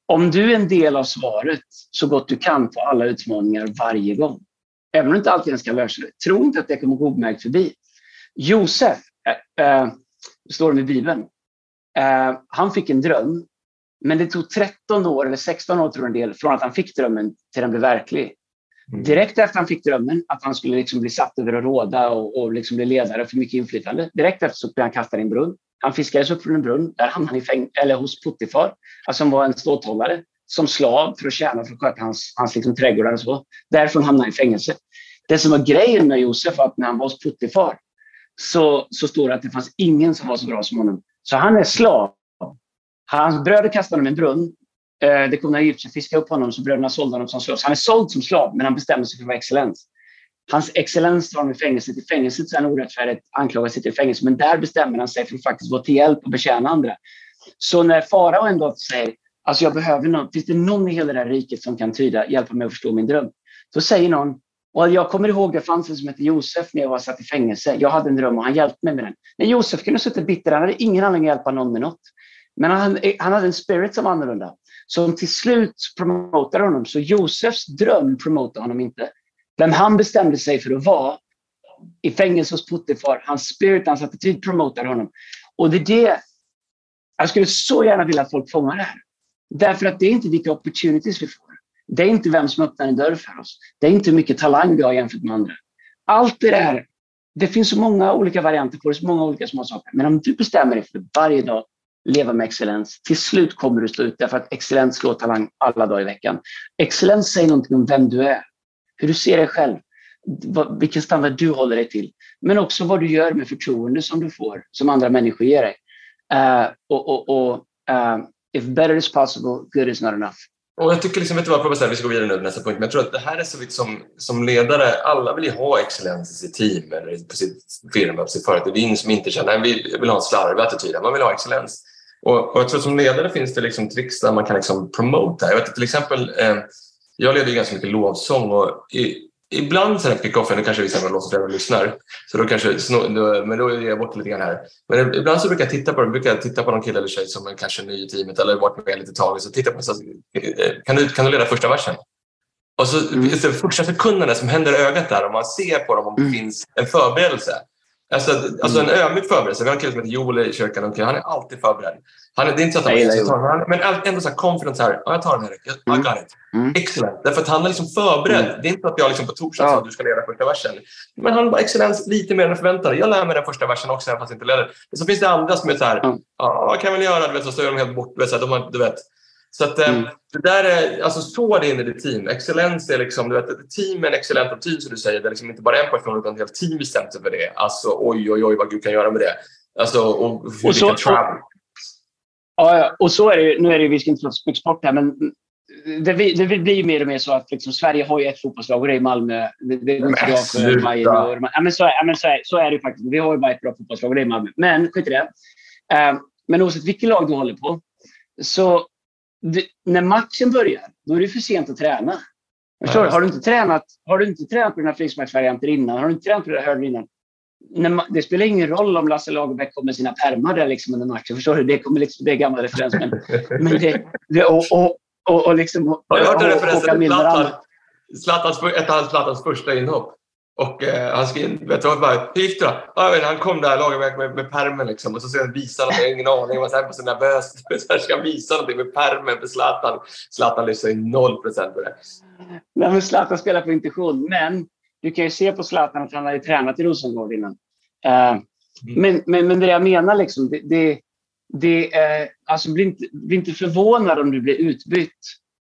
Om du är en del av svaret så gott du kan på alla utmaningar varje gång. Även om du inte alltid ska lösa det. Tro inte att det kommer gå obemärkt förbi. Josef, står det i Bibeln, han fick en dröm. Men det tog 13 år eller 16 år tror jag en del från att han fick drömmen till den blev verklig. Direkt efter han fick drömmen att han skulle liksom bli satt över att råda och liksom bli ledare för mycket inflytande. Direkt efter så blev han kastad i en brunn. Han fiskades upp från en brunn. Där hamnade han eller hos Potifar, alltså som var en ståthållare, som slav för att tjäna för att sköta hans liksom trädgårdar och så. Därifrån hamnade han i fängelse. Det som var grejen med Josef var att när han var hos Potifar så står det att det fanns ingen som var så bra som honom. Så han är slav. Hans bröder kastade honom i en brunn. Det kom när Egypten fiskade upp honom så bröderna sålde honom som slav. Så han är såld som slav men han bestämmer sig för att vara excellens. Hans excellens var med fängelset. I fängelset så är han orättfärdigt anklagad sitter i fängelse. Men där bestämmer han sig för att faktiskt vara till hjälp och betjäna andra. Så när farao ändå säger alltså jag behöver någon, finns det någon i hela det här riket som kan hjälpa mig att förstå min dröm? Då säger någon, och jag kommer ihåg det fanns en som hette Josef när jag var satt i fängelse. Jag hade en dröm och han hjälpte mig med den. När Josef kunde sitta bitter, han hade ingen anledning att hjälpa någon med något. Men han hade en spirit som var annorlunda. Som till slut promotade honom. Så Josefs dröm promotade honom inte. Men han bestämde sig för att vara i fängelse hos Potifar. Hans spirit, hans attityd promotade honom. Och det är det. Jag skulle så gärna vilja att folk fångar det här. Därför att det är inte vilka opportunities vi får. Det är inte vem som öppnar en dörr för oss. Det är inte hur mycket talang vi har jämfört med andra. Allt det där. Det finns så många olika varianter på det. Så många olika små saker. Men om du bestämmer dig för varje dag leva med excellens. Till slut kommer du stå ut därför att excellens slår talang alla dagar i veckan. Excellens säger någonting om vem du är. Hur du ser dig själv. Vilken standard du håller dig till. Men också vad du gör med förtroende som du får. Som andra människor ger dig. If better is possible, good is not enough. Och jag tycker liksom, vet du vad, vi ska gå vidare nu till nästa punkt. Men jag tror att det här är så viktigt som ledare. Alla vill ju ha excellens i sitt team eller på sitt firma, på sitt företag. Det är ingen som inte känner att vill ha en slarvig attityd. Man vill ha excellens. Och jag tror att som ledare finns det liksom tricks där man kan liksom promota. Jag vet till exempel, jag leder ju ganska mycket lovsång och ibland så här på kickoffen, det kanske vissa låtsas lyssnar, så då kanske, men då är jag bort lite grann här. Men ibland så brukar jag titta på någon kille eller tjej som är kanske ny i teamet eller varit med lite tag, så titta på så kan du leda första versen? Och så det första sekunderna som händer i ögat där, om man ser på dem om det finns en förberedelse. Alltså en ömjuk förberedelse. Vi har en kille som heter Joel i kyrkan. Okay, han är alltid förberedd. Det är inte så att han men ändå så här confident så här. Jag tar den här. I got it. Excellent. Därför att han är liksom förberedd. Det är inte att jag liksom på torsdag så att du ska leda första versen. Men han var excellens lite mer än förväntade. Jag lär mig den första versen också fast inte leder. Men så finns det andra som är så här. Vad kan vi göra? Du vet, så är de helt bort. Du vet. Så att det där är alltså så det är in i ditt team. Excellens är liksom, du vet, ett team är en excellent team som du säger. Det är liksom inte bara en person utan ett helt team bestämt sig för det. Alltså oj vad Gud kan göra med det. Alltså och så travel. Ja, och så är det ju, nu är det ju, vi ska inte få sport här, men det blir ju mer och mer så att liksom, Sverige har ju ett fotbollslag och det är Malmö. Det går inte bra för Bayern. Så är det ju faktiskt. Vi har ju bara ett bra fotbollslag och det är Malmö. Men skit i det. Men oavsett vilket lag du håller på, så när matchen börjar, då är det för sent att träna. Förstår du? Har du inte tränat på dina friskmatchvarianter innan? Har du inte tränat på det här innan? Det spelar ingen roll om Lasse Lagerbäck kommer med sina pärmar där liksom under matchen. Förstår du? Det kommer liksom, det är gamla referens. Men och liksom... Har du hört den referensen? Zlatans första inhopp. Och han skrev, vet du vad, bara, han kom där, Lagerbäck med pärmen liksom, och så sen visar han, jag har ingen aning, man var så nervös, så ska han visa någonting med pärmen för Zlatan lyssnar ju 0% på det. Nej, men Zlatan spelar på intuition, men du kan ju se på Zlatan att han har ju tränat i Rosengård innan. Men det jag menar liksom, det är, alltså bli inte förvånad om du blir utbytt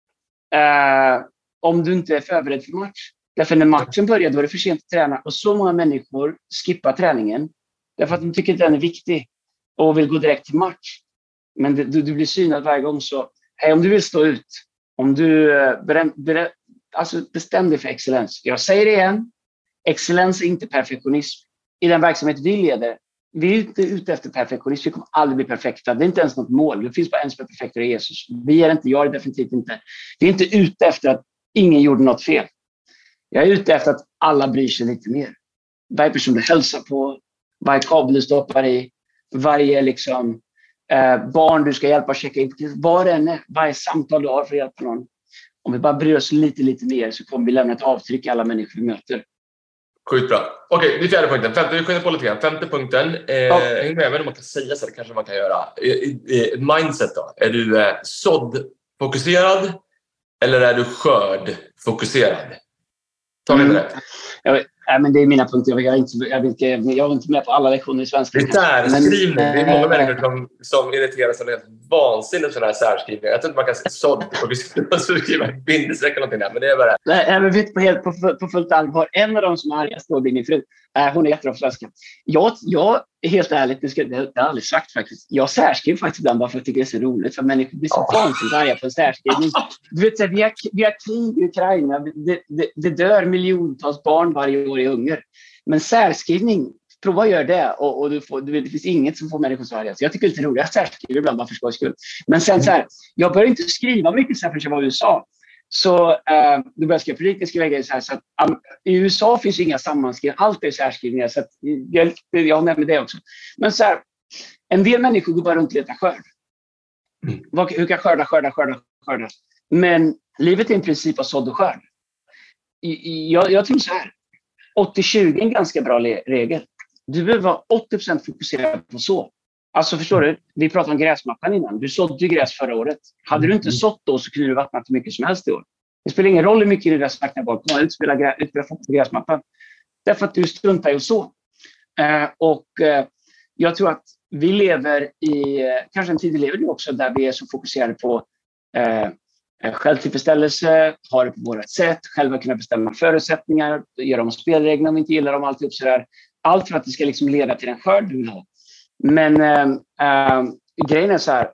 om du inte är förberedd för match. Därför när matchen börjar, då är det för sent att träna. Och så många människor skippar träningen. Därför att de tycker att den är viktig. Och vill gå direkt till match. Men du blir synad varje gång. Så hej, om du vill stå ut. Om du bestäm dig för excellens. Jag säger det igen. Excellens är inte perfektionism. I den verksamhet vi leder. Vi är inte ute efter perfektionism. Vi kommer aldrig bli perfekta. Det är inte ens något mål. Det finns bara en som är perfekt, och det är Jesus. Vi är inte, jag är definitivt inte. Vi är inte ute efter att ingen gjorde något fel. Jag är ute efter att alla bryr sig lite mer. Varje person du hälsar på, varje kabel du stoppar i, varje liksom, barn du ska hjälpa att checka in. Vad det än är, varje samtal du har för att hjälpa någon. Om vi bara bryr oss lite mer så kommer vi lämna ett avtryck i alla människor vi möter. Sjukt bra. Okej, det är fjärde punkten. Vi skiner på lite grann. Femte punkten. Häng med om man kan säga så, det kanske man kan göra. Mindset då. Är du såddfokuserad eller är du skördfokuserad? Ta lite det. Men det är mina punkter. Jag var inte med på alla lektioner i svenska. Det är särskrivning. Det är många människor som irriterar sig helt vansinnigt sådana här särskrivningar. Jag tror inte man kan såddfokusera så skriva bindestreck eller någonting där, men det är bara... Nej, men vet på fullt allvar. En av de som är argast då, min fru, hon är jättebra på svenska. Jag är helt ärligt, det har jag aldrig sagt faktiskt. Jag särskriver faktiskt ibland bara för att jag tycker det är så roligt. För människor blir så vansinnigt arga på en särskrivning. Du vet, vi har krig i Ukraina. Det dör miljontals barn varje år i hunger. Men särskrivning, prova att göra det. Och det finns inget som får människor så arga. Så jag tycker det är lite roligt. Jag särskriver ibland bara för skojs skull. Men sen så här, jag började inte skriva mycket så här förrän jag var i USA. Så då började jag skriva politiska grejer så här. Så att, i USA finns inga sammanskrivningar. Allt är särskrivningar. Så att, jag har med det också. Men så här, en del människor går bara runt och letar skörd. Hur kan skörda? Men livet är en princip av sådd och skörd. Jag tror så här. 80-20 är en ganska bra regel. Du behöver vara 80% fokuserad på så. Alltså förstår du, vi pratade om gräsmattan innan. Du sådde gräs förra året. Hade du inte sått då så kunde du vattna hur mycket som helst i år. Det spelar ingen roll hur mycket du vattnar bort. Du utspela fot på gräsmattan. Därför att du struntar ju så. Jag tror att vi lever i, kanske en tid vi lever nu också, där vi är så fokuserade på självtillfredsställelse, ha det på vårt sätt, själva kunna bestämma förutsättningar, göra om spelreglerna om vi inte gillar dem, alltid upp sådär. Allt för att det ska liksom leda till den skörd du vill ha. Men grejen är så här,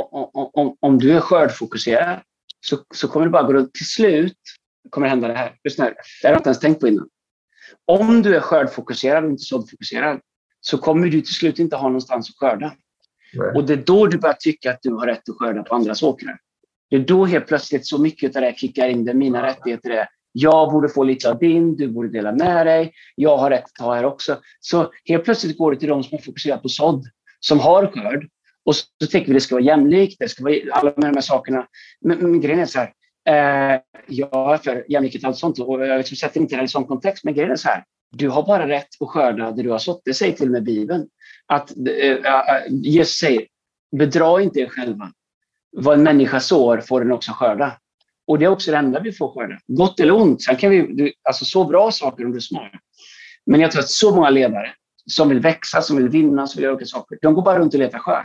om du är skördfokuserad så kommer det bara gå runt. Till slut kommer det hända det här. Det har jag inte ens tänkt på innan. Om du är skördfokuserad och inte såddfokuserad så kommer du till slut inte ha någonstans att skörda. Nej. Och det är då du börjar tycka att du har rätt att skörda på andras åkrar. Det är då helt plötsligt så mycket av det kickar in, där mina rättigheter är: jag borde få lite av din, du borde dela med dig, jag har rätt att ta här också. Så helt plötsligt går det till de som har fokuserat på sådd, som har skörd. Och så tänker vi att det ska vara jämlikt, det ska vara alla de här sakerna. Men grejen är så här, jag är för jämlikhet och allt sånt, och jag sätter inte det i en sån kontext, men grejen är så här: du har bara rätt att skörda det du har sått. Det säger till och med Bibeln. Att Jesus säger: bedra inte er själva. Vad en människa sår får den också skörda. Och det är också det enda vi får skörda. Gott eller ont. Sen kan vi, alltså så bra saker om du är smart. Men jag tror att så många ledare som vill växa, som vill vinna, som vill göra olika saker, de går bara runt och letar skörd.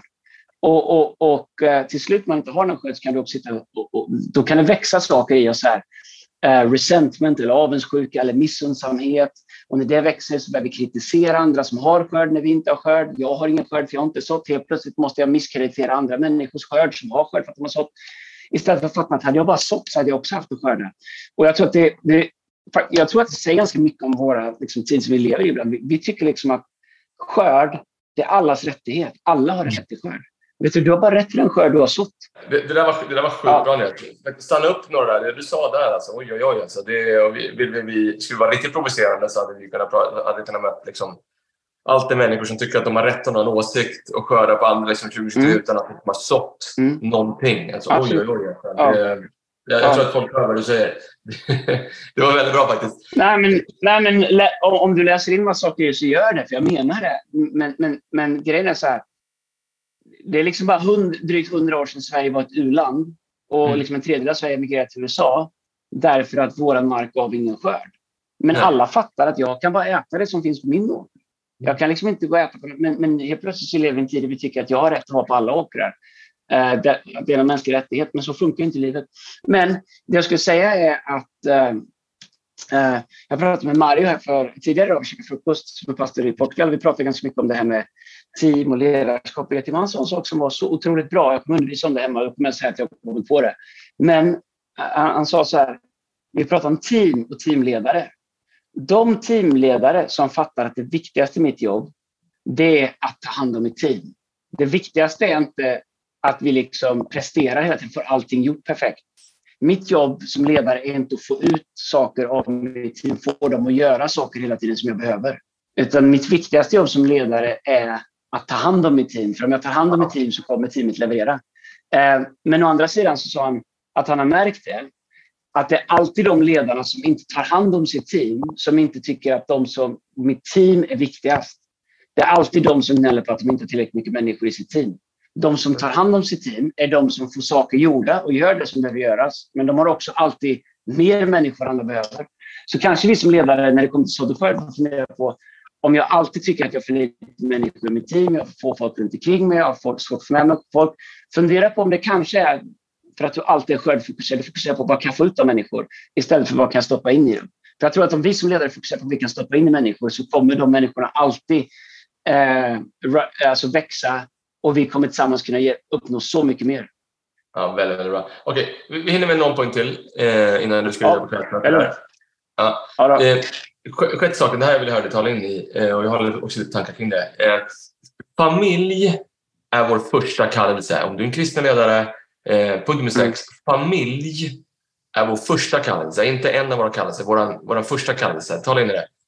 Och till slut man inte har någon skörd, så kan du också sitta och då kan det växa saker i oss här. Resentment eller avundsjuka eller missundsamhet. Och när det växer så börjar vi kritisera andra som har skörd när vi inte har skörd. Jag har ingen skörd för jag har inte sått. Helt plötsligt måste jag misskreditera andra människors skörd som har skörd för att de har sått. Istället för att fatta att hade jag bara sått så hade jag också haft att skörda. Och jag tror att det säger ganska mycket om våra liksom, tid som vi lever i ibland. Vi tycker liksom att skörd, det är allas rättighet. Alla har rätt till skörd. Vet du har bara rätt till den skörd du har sått. Det där var sjukt bra nu. Stanna upp några där. Det du sa där alltså. Oj. Alltså. Vi skulle vara riktigt provocerande så hade vi kunnat möta liksom allt det människor som tycker att de har rätt att ha en åsikt och skörda på andra liksom 20 utan att de har sått någonting. Alltså, oj. Jag tror att folk hör vad du säger. Det var väldigt bra faktiskt. Nej, men om du läser in vad saker så gör det, för jag menar det. Men grejen är så här. Det är liksom bara drygt 100 år sedan Sverige var ett u-land. Och liksom en tredjedel av Sverige migrerat till USA. Därför att våran mark gav ingen skörd. Men alla fattar att jag kan bara äta det som finns på min åker. Jag kan liksom inte gå och äta på det. Men helt plötsligt så lever vi en tid där vi tycker att jag har rätt att vara på alla åkrar. Det är en mänsklig rättighet. Men så funkar inte livet. Men det jag skulle säga är att jag pratade med Mario här för tidigare av frukost som är pastor i Portugal. Vi pratade ganska mycket om det här med team och ledarskap. Det var en sån sak som var så otroligt bra. Jag kommer undervisa om det hemma och kommer säga att jag har kommit på det. Men han sa så här: vi pratar om team och teamledare. De teamledare som fattar att det viktigaste i mitt jobb, det är att ta hand om mitt team. Det viktigaste är inte att vi liksom presterar hela tiden för allting gjort perfekt. Mitt jobb som ledare är inte att få ut saker av mitt team, få dem att göra saker hela tiden som jag behöver. Utan mitt viktigaste jobb som ledare är att ta hand om mitt team. För om jag tar hand om mitt team så kommer teamet leverera. Men å andra sidan så sa han att han har märkt det. Att det är alltid de ledarna som inte tar hand om sitt team, som inte tycker att mitt team är viktigast. Det är alltid de som gnäller på att de inte har tillräckligt mycket människor i sitt team. De som tar hand om sitt team är de som får saker gjorda och gör det som behöver göras. Men de har också alltid mer människor än de behöver. Så kanske vi som ledare, när det kommer till sådant, får fundera på om jag alltid tycker att jag får lite människor i mitt team, jag får folk runt omkring mig, jag får svårt för mig med folk. Fundera på om det kanske är för att du alltid är självfokuserad. Du fokuserar på vad kan jag få ut av människor istället för vad kan jag stoppa in i dem. För jag tror att om vi som ledare fokuserar på vad vi kan stoppa in i människor så kommer de människorna alltid växa och vi kommer tillsammans kunna uppnå så mycket mer. Ja, väldigt, väldigt bra. Okej, vi hinner med någon poäng till innan du ska göra på kvällen. Sjätte saken, det här vill jag höra dig tala in i och jag har också lite tankar kring det. Familj är vår första kallelse. Om du är en kristen ledare, punkt nummer 6. Familj är vår första kallelse. Inte en av våra kallelser, vår första kallelse. Tala in i det.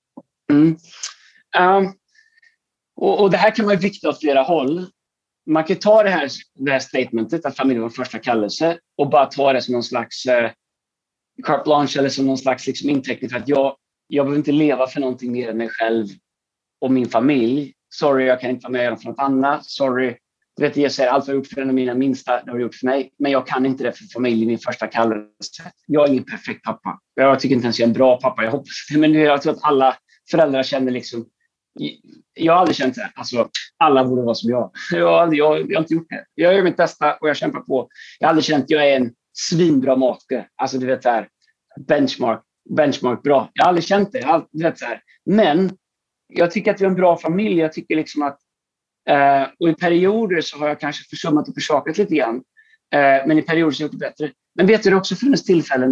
Och det här kan man ju vikta åt flera håll. Man kan ta det här statementet att familj är vår första kallelse och bara ta det som någon slags carte blanche eller som någon slags liksom intäckning för att jag behöver inte leva för någonting mer än mig själv och min familj. Sorry, jag kan inte vara med för något annat. Sorry, du vet, jag säger allt vad jag gjort för en av mina minsta, det har gjort för mig. Men jag kan inte det för familj, min första kallelse. Jag är ingen perfekt pappa. Jag tycker inte ens jag är en bra pappa. Jag hoppas det, men jag tror att alla föräldrar känner liksom... Jag har aldrig känt det. Alltså, alla borde vara som jag. Jag har inte gjort det. Jag gör mitt bästa och jag kämpar på. Jag har aldrig känt att jag är en svinbra make. Alltså, du vet så här, benchmark bra. Jag har aldrig känt det. Du vet så här. Men jag tycker att vi är en bra familj. Jag tycker liksom att och i perioder så har jag kanske försummat och försakat lite grann. Men i perioder så har jag gjort det bättre. Men vet du, det har också funnits tillfällen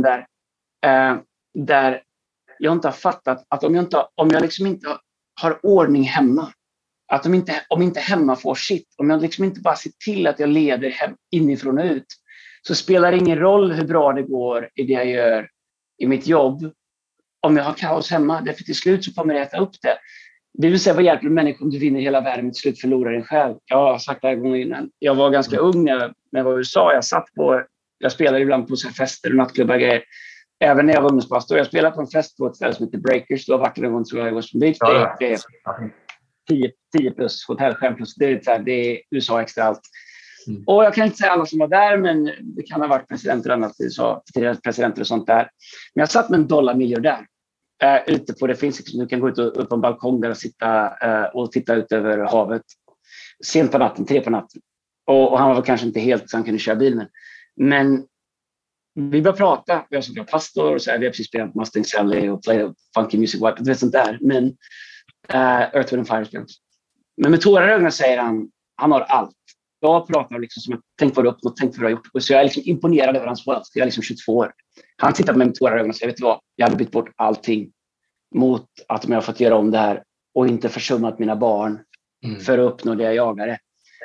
där jag inte har fattat att om jag liksom inte har ordning hemma, att om inte hemma får sitt, om jag liksom inte bara ser till att jag leder hem inifrån och ut, så spelar det ingen roll hur bra det går i det jag gör i mitt jobb om jag har kaos hemma. Därför till slut så kommer jag äta upp det. Det vill säga, vad hjälper människor om du vinner hela världen men till slut förlorar din själ? Jag har sagt det här gånger innan. Jag var ganska ung när jag var i USA. Jag spelade ibland på så här fester och nattklubbar och grejer. Även när jag var ungdomspastor. Jag spelade på en fest på ett ställe som heter Breakers. Du har varit någon gång, tror jag, i West Beach. Det är 10 plus hotellskärm plus. Det är USA extra allt. Och jag kan inte säga alla som var där, men det kan ha varit presidenter och annat. Presidenter och sånt där. Men jag satt med en dollarmiljardär. Ute på det finns liksom, du kan gå ut upp på en balkong där och sitta och titta ut över havet. Sent på natten, 3 på natten. Och han var kanske inte helt så han kunde köra bilen. Men vi började prata, jag som var pastor och så här, vi har precis spelat Mustang Sally och play funky music, det vet sånt där. Men Earth, Wind & Fire spelat. Men med tårar i ögonen säger han har allt. Jag pratar liksom som jag tänkt vad du uppnått, tänkt vad du har gjort. Och så jag är liksom imponerad över hans wealth. Jag är liksom 22 år. Han tittar på mig med tårar i ögonen och säger, vet du vad? Jag hade bytt bort allting mot att om jag har fått göra om det här och inte försummat mina barn för att uppnå det jag jagade.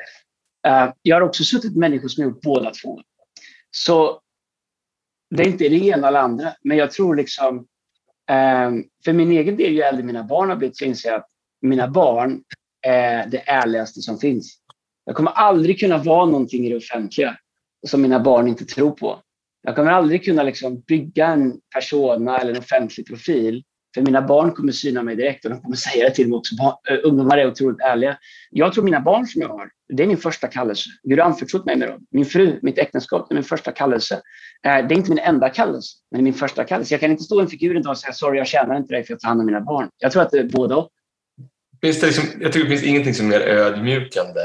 Jag har också suttit med människor som har gjort båda två. Så det är inte det ena eller andra. Men jag tror liksom, för min egen del, ju äldre mina barn har blivit, så inser jag att mina barn är det ärligaste som finns. Jag kommer aldrig kunna vara någonting i det offentliga som mina barn inte tror på. Jag kommer aldrig kunna liksom bygga en persona eller en offentlig profil. För mina barn kommer syna mig direkt och de kommer säga det till mig också. Ungdomar är otroligt ärliga. Jag tror mina barn som jag har, det är min första kallelse. Gud har anförtrott mig med dem. Min fru, mitt äktenskap är min första kallelse. Det är inte min enda kallelse, men det är min första kallelse. Jag kan inte stå inför Gud en dag och säga, sorry, jag tjänar inte dig för att ta hand om mina barn. Jag tror att det är både och. Finns det liksom, jag tycker det finns ingenting som är mer ödmjukande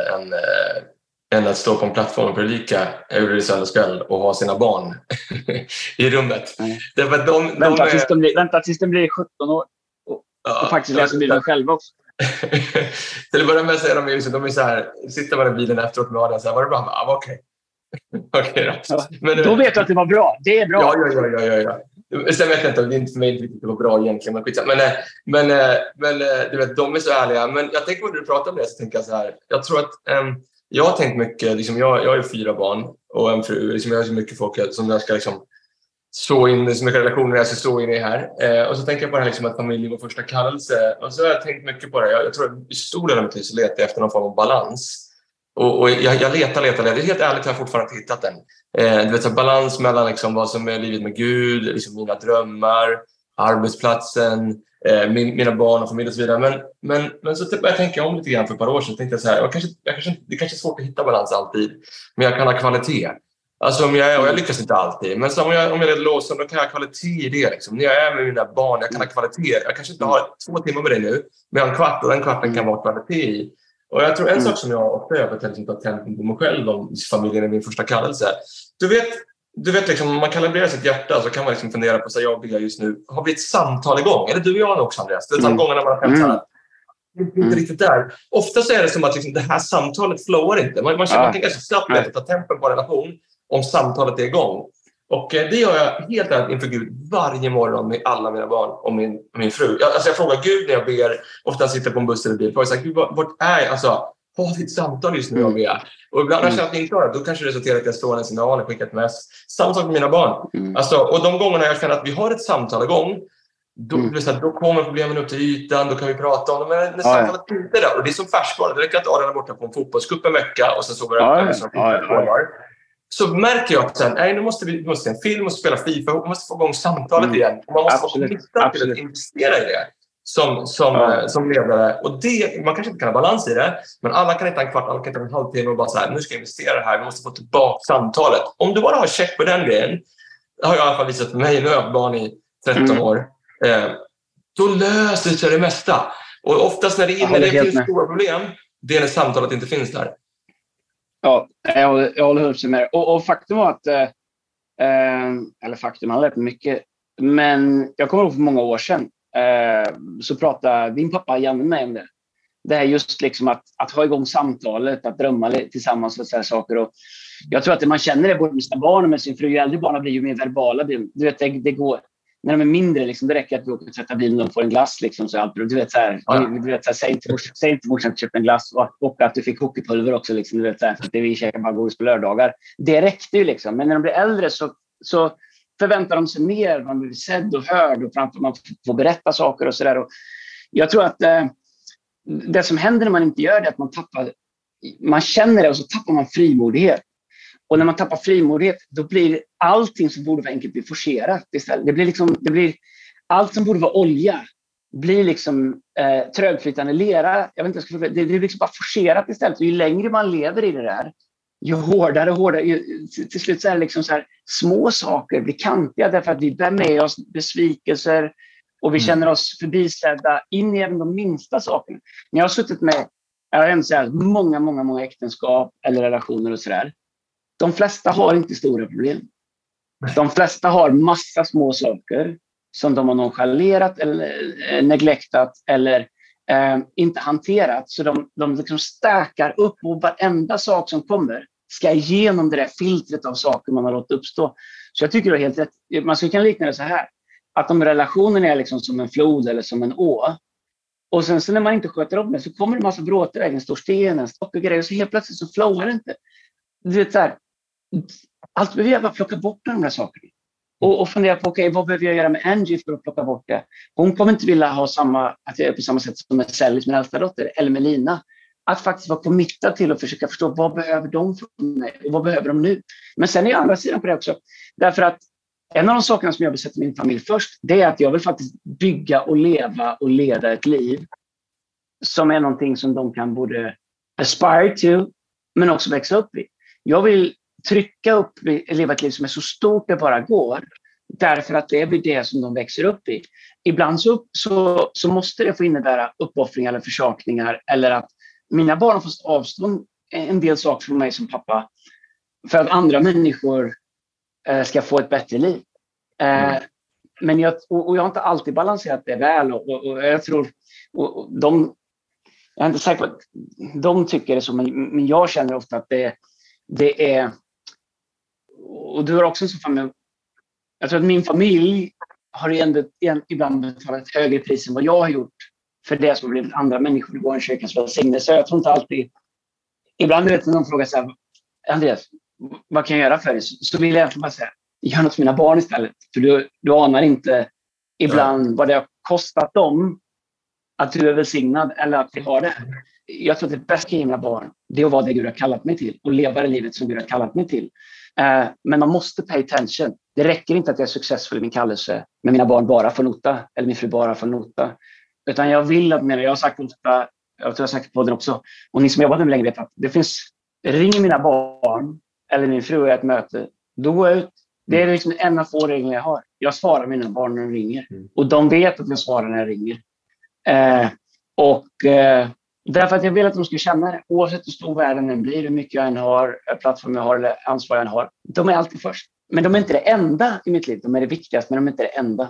än att stå på en plattform och predika över söndagskväll och ha sina barn i rummet. Därför att vänta tills de blir 17 år och faktiskt läser Bibeln själva också. Till att börja med säger de är så här, sitter man i bilen efteråt med Adrian så här, var det bra? Okej. Men då vet du att det var bra. Det är bra. Ja. Sen vet jag inte, det är inte för mig inte riktigt det var bra egentligen, men du vet, de är så ärliga. Men jag tänker när du pratar om det så tänker jag så här, jag tror att jag har tänkt mycket, liksom, jag har 4 barn och en fru, liksom, jag har så mycket folk som jag ska liksom så in i så mycket relationer jag så in i här. Och så tänker jag på det här liksom att familj var första kallelse. Och så har jag tänkt mycket på det. Jag tror att i stor del av mitt liv så letar jag efter någon form av balans. Och jag letar. Helt ärligt har jag fortfarande inte hittat den. Du vet, så balans mellan liksom vad som är livet med Gud, liksom mina drömmar, arbetsplatsen, mina barn och familj och så vidare. Men så jag tänker om lite grann för ett par år sedan. Tänkte jag så här, det kanske är svårt att hitta balans alltid. Men jag kan ha kvalitet. Alltså och jag lyckas inte alltid. Men så om jag är låst, då kan jag ha kvalitet i det. Liksom. När jag är med mina barn, jag kan ha kvalitet. Jag kanske inte har 2 timmar med det nu. Men jag har en kvart och den kvarten kan vara kvalitet i. Och jag tror en sak som jag ofta gör för att ta tempen på mig själv om familjen är min första kallelse. Du vet liksom, om man kalibrerar sitt hjärta så kan man liksom fundera på så jag ber just nu, har vi ett samtal igång? Eller du och jag också, Andreas? Det är gångerna man har skämtat. Inte riktigt där. Ofta så är det som att liksom, det här samtalet flowar inte. Man kan kanske snabbt ta tempen på en relation om samtalet är igång. Och det gör jag helt ärligt inför Gud varje morgon med alla mina barn och min fru. Jag frågar Gud när jag ber, ofta sitter på en buss eller bil. Jag säger, Gud, vart är jag? Alltså, har vi ett samtal just nu jag ber? Och ibland när jag känner att jag inte har det, då kanske det resulterar att jag står en signal och skickar ett mess. Samma sak med mina barn. Alltså, och de gångerna jag känner att vi har ett samtal igång, då kommer problemen upp till ytan, då kan vi prata om dem. Men när samtalet inte är där, och det är som färskvara. Det räcker att Adrian är borta på en fotbollscup en vecka och sen så börjar så märker jag att nu måste vi se en film, måste spela FIFA, man måste få igång samtalet igen. Och man måste få nytta till att investera i det som ledare. Och det, man kanske inte kan ha balans i det, men alla kan inte ha en kvart, alla kan inte ha en halvtimme och bara så här, nu ska jag investera här, vi måste få tillbaka samtalet. Om du bara har check på den grejen, det har jag i alla fall visat för mig, nu har jag haft barn i 13 år, då löser sig det mesta. Och oftast när det finns stora problem, det är när samtalet inte finns där. Ja, jag håller helt med er. Och faktum var att eller faktum, han har lärt mig mycket, men jag kommer ihåg för många år sedan så pratade din pappa Janne med om det. Det är just liksom att ha igång samtalet, att drömma tillsammans och sådana saker. Och jag tror att man känner det både med sina barn och med sin fru. Ju äldre barnen blir ju mer verbala. Du vet, det går, när de är mindre, liksom, det räcker att vi åker och tvättar bilen och får en glass. Liksom, så allt, du vet, så här, säg inte morsan att köpa en glass och att du fick hockeypulver också. Liksom, du vet, så här, för att vi käkar bara godis på lördagar. Det räckte ju liksom. Men när de blir äldre så förväntar de sig mer. Man blir sedd och hörd och framför man får berätta saker och sådär. Jag tror att det som händer när man inte gör det är att man känner det och så tappar man frimodighet. Och när man tappar frimodighet, då blir allting som borde vara enkelt blir forcerat istället. Det blir allt som borde vara olja blir liksom trögflytande lera. Jag vet inte, det blir liksom bara forcerat istället. Och ju längre man lever i det där, ju hårdare. Till slut så är det liksom så här, små saker blir kantiga därför att vi bär med oss besvikelser och vi känner oss förbisedda in i även de minsta sakerna. Men jag har suttit med många äktenskap eller relationer och sådär. De flesta har inte stora problem. De flesta har massa små saker som de har nonchalerat eller neglektat eller inte hanterat. Så de liksom stärkar upp och varenda sak som kommer ska igenom det där filtret av saker man har låtit uppstå. Så jag tycker det är helt rätt. Man skulle kunna likna det så här. Att om relationen är liksom som en flod eller som en å. Och sen så när man inte sköter upp det så kommer det en massa bråte vägen, står sten, en stock och grejer. Och så helt plötsligt så flowar det inte. Du vet så här. Allt behöver jag bara plocka bort de där sakerna. Och fundera på, okej, vad behöver jag göra med Angie för att plocka bort det? Hon kommer inte vilja ha att jag är på samma sätt som med Sellis, min äldsta dotter, eller med Lina. Att faktiskt vara committad till att försöka förstå vad behöver de från mig och vad behöver de nu? Men sen är jag andra sidan på det också. Därför att en av de sakerna som jag vill sätta min familj först, det är att jag vill faktiskt bygga och leva och leda ett liv som är någonting som de kan både aspire to, men också växa upp i. Jag vill trycka upp, leva ett liv som är så stort det bara går. Därför att det blir det som de växer upp i. Ibland så måste det få innebära uppoffringar eller försakningar. Eller att mina barn får avstå en del saker från mig som pappa. För att andra människor ska få ett bättre liv. Men jag har inte alltid balanserat det väl. Och jag tror... jag är inte säker på att de tycker det så. Men jag känner ofta att det är... Och du har också en sån familj. Jag tror att min familj har ibland betalat ett högre pris än vad jag har gjort för det som har blivit andra människor i vår kyrkans välsignelse. Jag tror inte alltid... Ibland vet någon frågar så här, Andreas, vad kan jag göra för dig? Så vill jag bara säga, gör något för mina barn istället. För du anar inte ibland vad det har kostat dem att du är välsignad eller att vi har det. Jag tror att det bästa i mina barn, det är att vara det Gud har kallat mig till och leva det livet som Gud har kallat mig till. Men man måste pay attention. Det räcker inte att jag är successfull i min kallelse med mina barn bara får nota eller min fru bara får nota. Utan jag vill att, jag har sagt ofta, jag tror jag har sagt på den också, och ni som jobbat med länge vet att det finns, ringer mina barn eller min fru i ett möte, då går jag ut. Det är liksom en av få regler jag har. Jag svarar mina barn när de ringer. Och de vet att jag svarar när jag ringer. Därför att jag vill att de ska känna det. Oavsett hur stor världen än blir, hur mycket jag än har, plattform jag har eller ansvar jag än har. De är alltid först. Men de är inte det enda i mitt liv. De är det viktigaste, men de är inte det enda.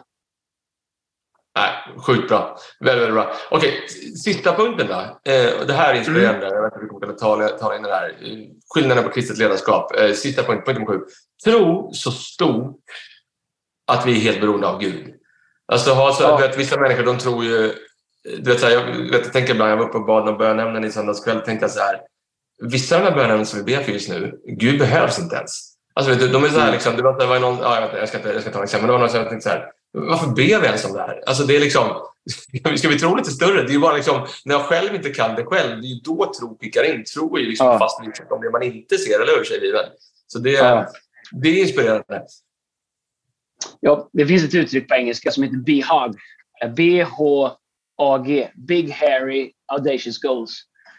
Nej, sjukt bra. Väldigt bra. Okej, sista punkten då. Det här är inspirerande. Jag vet inte hur vi kommer att tala in det här. Skillnaden på kristet ledarskap. Sista punkt nummer 7. Tro så stort att vi är helt beroende av Gud. Alltså, vissa människor, de tror ju... Jag tänker ibland, jag var uppe och bad någon bönämnen i söndagskväll, tänkte jag så här, vissa av de här bönämnen som vi ber för just nu, Gud behövs inte ens. Alltså vet du, de är så här liksom, det var någon, jag ska ta en exempel, men det var någon som tänkte så här, varför ber vi ens om det här? Alltså det är liksom, ska vi tro lite större? Det är ju bara liksom, när jag själv inte kan det själv, det är ju då tro pickar in. Tro är ju liksom fast om det man inte ser eller hör sig i livet. Så det är inspirerande. Ja, det finns ett uttryck på engelska som heter BHAG. B-H-A-G. Big, hairy, audacious goals.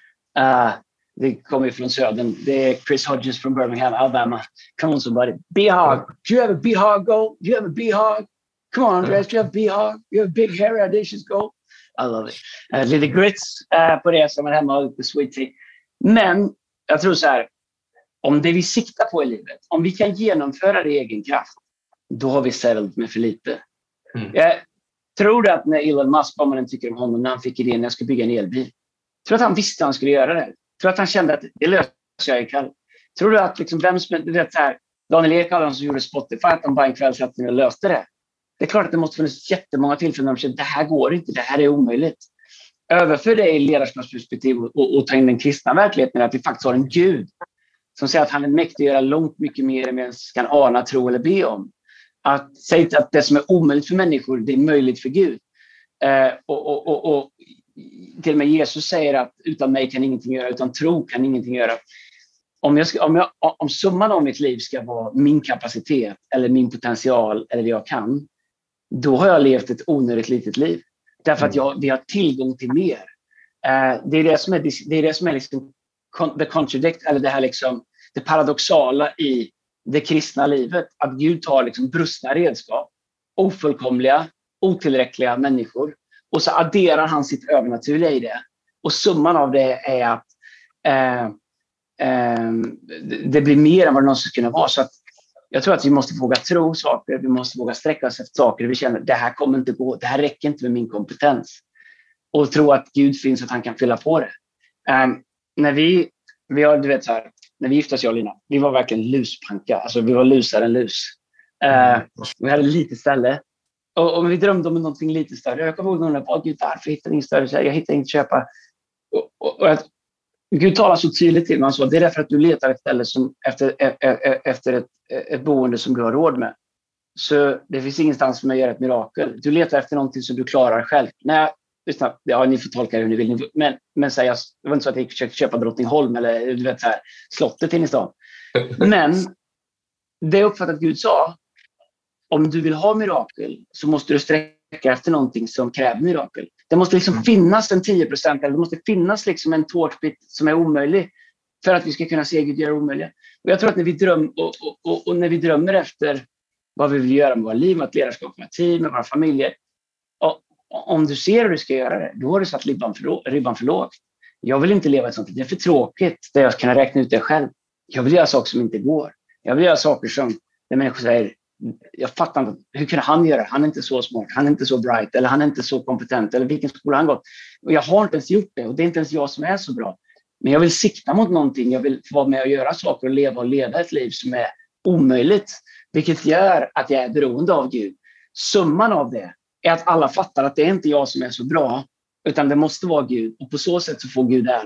Det kommer från södern. Det är Chris Hodges från Birmingham, Alabama. Come on somebody. BHAG. Do you have a BHAG goal? Do you have a BHAG? Come on, Andreas. Do you have a BHAG? You have a big, hairy, audacious goal? I love it. Lite grits på det som är hemma och lite sweet tea. Men jag tror så här. Om det vi siktar på i livet, om vi kan genomföra det i egen kraft, då har vi sällt med för lite. Jag tror att när Elon Musk, vad man än tycker om honom, när han fick idén att jag skulle bygga en elbil, tror att han visste att han skulle göra det. Tror att han kände att det löser jag ikväll. Tror du att liksom, vem som vet så här, Daniel Ek som gjorde Spotify, att de bara en kväll satt och löste det. Det är klart att det måste finnas jättemånga tillfällen när de känner att det här går inte, det här är omöjligt. Överför det i ledarskapsperspektiv och ta in den kristna verkligheten, att vi faktiskt har en Gud som säger att han är mäktig att göra långt mycket mer än vi ens kan ana, tro eller be om. Att säga att det som är omöjligt för människor, det är möjligt för Gud. Och till och med Jesus säger att utan mig kan ingenting göra, utan tro kan ingenting göra. Om summan av mitt liv ska vara min kapacitet eller min potential eller det jag kan, då har jag levt ett onödigt litet liv. Därför att vi har tillgång till mer. Det är det som är liksom the contradict, eller det här liksom det paradoxala i det kristna livet, att Gud tar liksom brustna redskap, ofullkomliga, otillräckliga människor, och så adderar han sitt övernaturliga i det. Och summan av det är att det blir mer än vad det någonsin skulle kunna vara. Så att jag tror att vi måste våga tro saker, vi måste våga sträcka oss efter saker. Vi känner att det här kommer inte gå, det här räcker inte med min kompetens. Och tro att Gud finns, att han kan fylla på det. När vi har, du vet så här, när vi gifte oss, jag och Lina, vi var verkligen luspanka. Alltså vi var lusare än lus. Vi hade lite ställe. Och vi drömde om någonting lite större. Jag kommer ihåg någon där, Gud, varför hittar ni större? Så jag hittar inget köpa. Och Gud talar så tydligt till mig. Han sa, det är därför att du letar ett ställe som, efter ett boende som du har råd med. Så det finns ingenstans för mig att göra ett mirakel. Du letar efter någonting som du klarar själv. Nej, lyssna, ja, ni får tolka hur ni vill. Men säg, det var inte så att jag försökte köpa Drottningholm eller du vet, så här, slottet in i stan. Men det uppfattat att Gud sa, om du vill ha mirakel så måste du sträcka efter någonting som kräver mirakel. Det måste liksom finnas en 10%, eller det måste finnas liksom en tårtbit som är omöjlig för att vi ska kunna se Gud göra omöjliga. Och jag tror att när vi drömmer och när vi drömmer efter vad vi vill göra med våra liv, med ett ledarskap, med team, med våra familjer, om du ser hur du ska göra det, då har du satt ribban för lågt. Jag vill inte leva ett sånt, det är för tråkigt där jag kan räkna ut det själv. Jag vill göra saker som inte går. Jag vill göra saker som där människor säger, jag fattar inte, hur kan han göra? Han är inte så smart, han är inte så bright, eller han är inte så kompetent, eller vilken skola han gått. Och jag har inte ens gjort det, och det är inte ens jag som är så bra. Men jag vill sikta mot någonting, jag vill få vara med och göra saker och leva ett liv som är omöjligt, vilket gör att jag är beroende av Gud. Summan av det är att alla fattar att det är inte jag som är så bra, utan det måste vara Gud, och på så sätt så får Gud äran.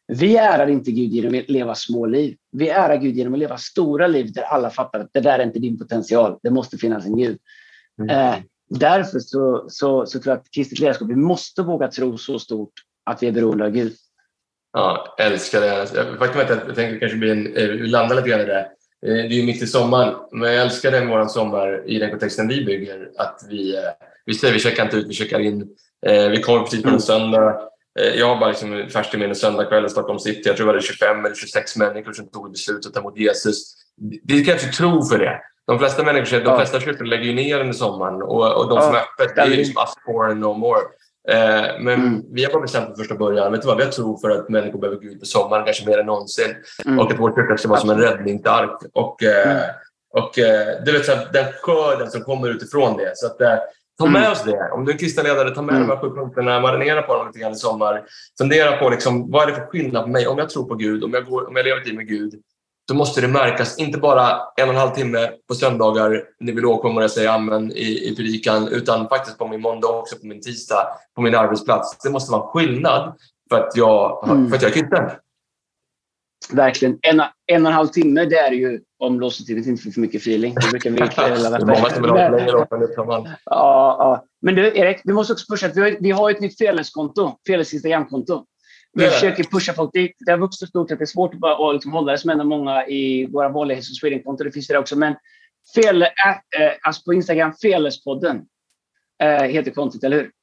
Vi ärar inte Gud genom att leva små liv. Vi ärar Gud genom att leva stora liv där alla fattar att det där är inte din potential. Det måste finnas en Gud. Därför så tror jag att kristet ledarskap, vi måste våga tro så stort att vi är beroende av Gud. Ja, älskar det. Faktum är att jag tänkte kanske vi landar lite grann i det. Det är ju mitt i sommaren, men jag älskar den våran sommar i den kontexten vi bygger. Att vi checkar inte ut, vi checkar in. Vi kommer precis på en söndag. Jag har bara liksom färskt i minne söndag kväll i Stockholm City. Jag tror det var 25 eller 26 människor som tog beslutet att ta emot Jesus. Det kanske tro för det. De flesta människor, de flesta kyrkor lägger ju ner under sommaren. Och de som är öppet, det är liksom us for and no more. Men vi har bara bestämt från första början. Vet du vad, vi tror för att människor behöver Gud på sommaren, kanske mer än någonsin. Och att vår kyrka ska vara som en räddningsark. Och du vet, så här, den skörden som kommer utifrån det. Så att ta med oss det. Om du är en kristen ledare, ta med de här 7 punkterna, marinera på dem lite grann i sommar. Fundera på liksom, vad är det för skillnad för mig? Om jag tror på Gud, om jag lever ett liv med Gud, då måste det märkas inte bara 1,5 timme på söndagar när vi lovsjunger och säger amen i predikan, utan faktiskt på min måndag också, på min tisdag, på min arbetsplats. Det måste vara en skillnad för att jag är kristen. Verkligen. 1,5 timme, det är ju om låsetiden inte får för mycket feeling. Det brukar vi många som vill ha längre. Ja. Men du, Erik, vi måste också pusha. Vi har ett nytt Feles Instagramkonto. Vi försöker pusha folk dit. Det har vuxit stort att det är svårt att bara liksom hålla det som en av många i våra vanliga Hälso Sweden-konto. Det finns det också. Men alltså på Instagram, Felespodden heter kontot, eller hur?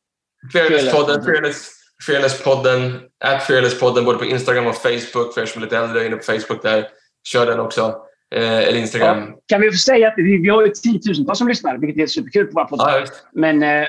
Fearless-podden, @Fearless-podden, både på Instagram och Facebook. För er som är lite äldre, inne på Facebook där, kör den också. Eller Instagram. Ja, kan vi få säga att vi har ju 10 000 som lyssnar, vilket är superkul på våra poddar. Men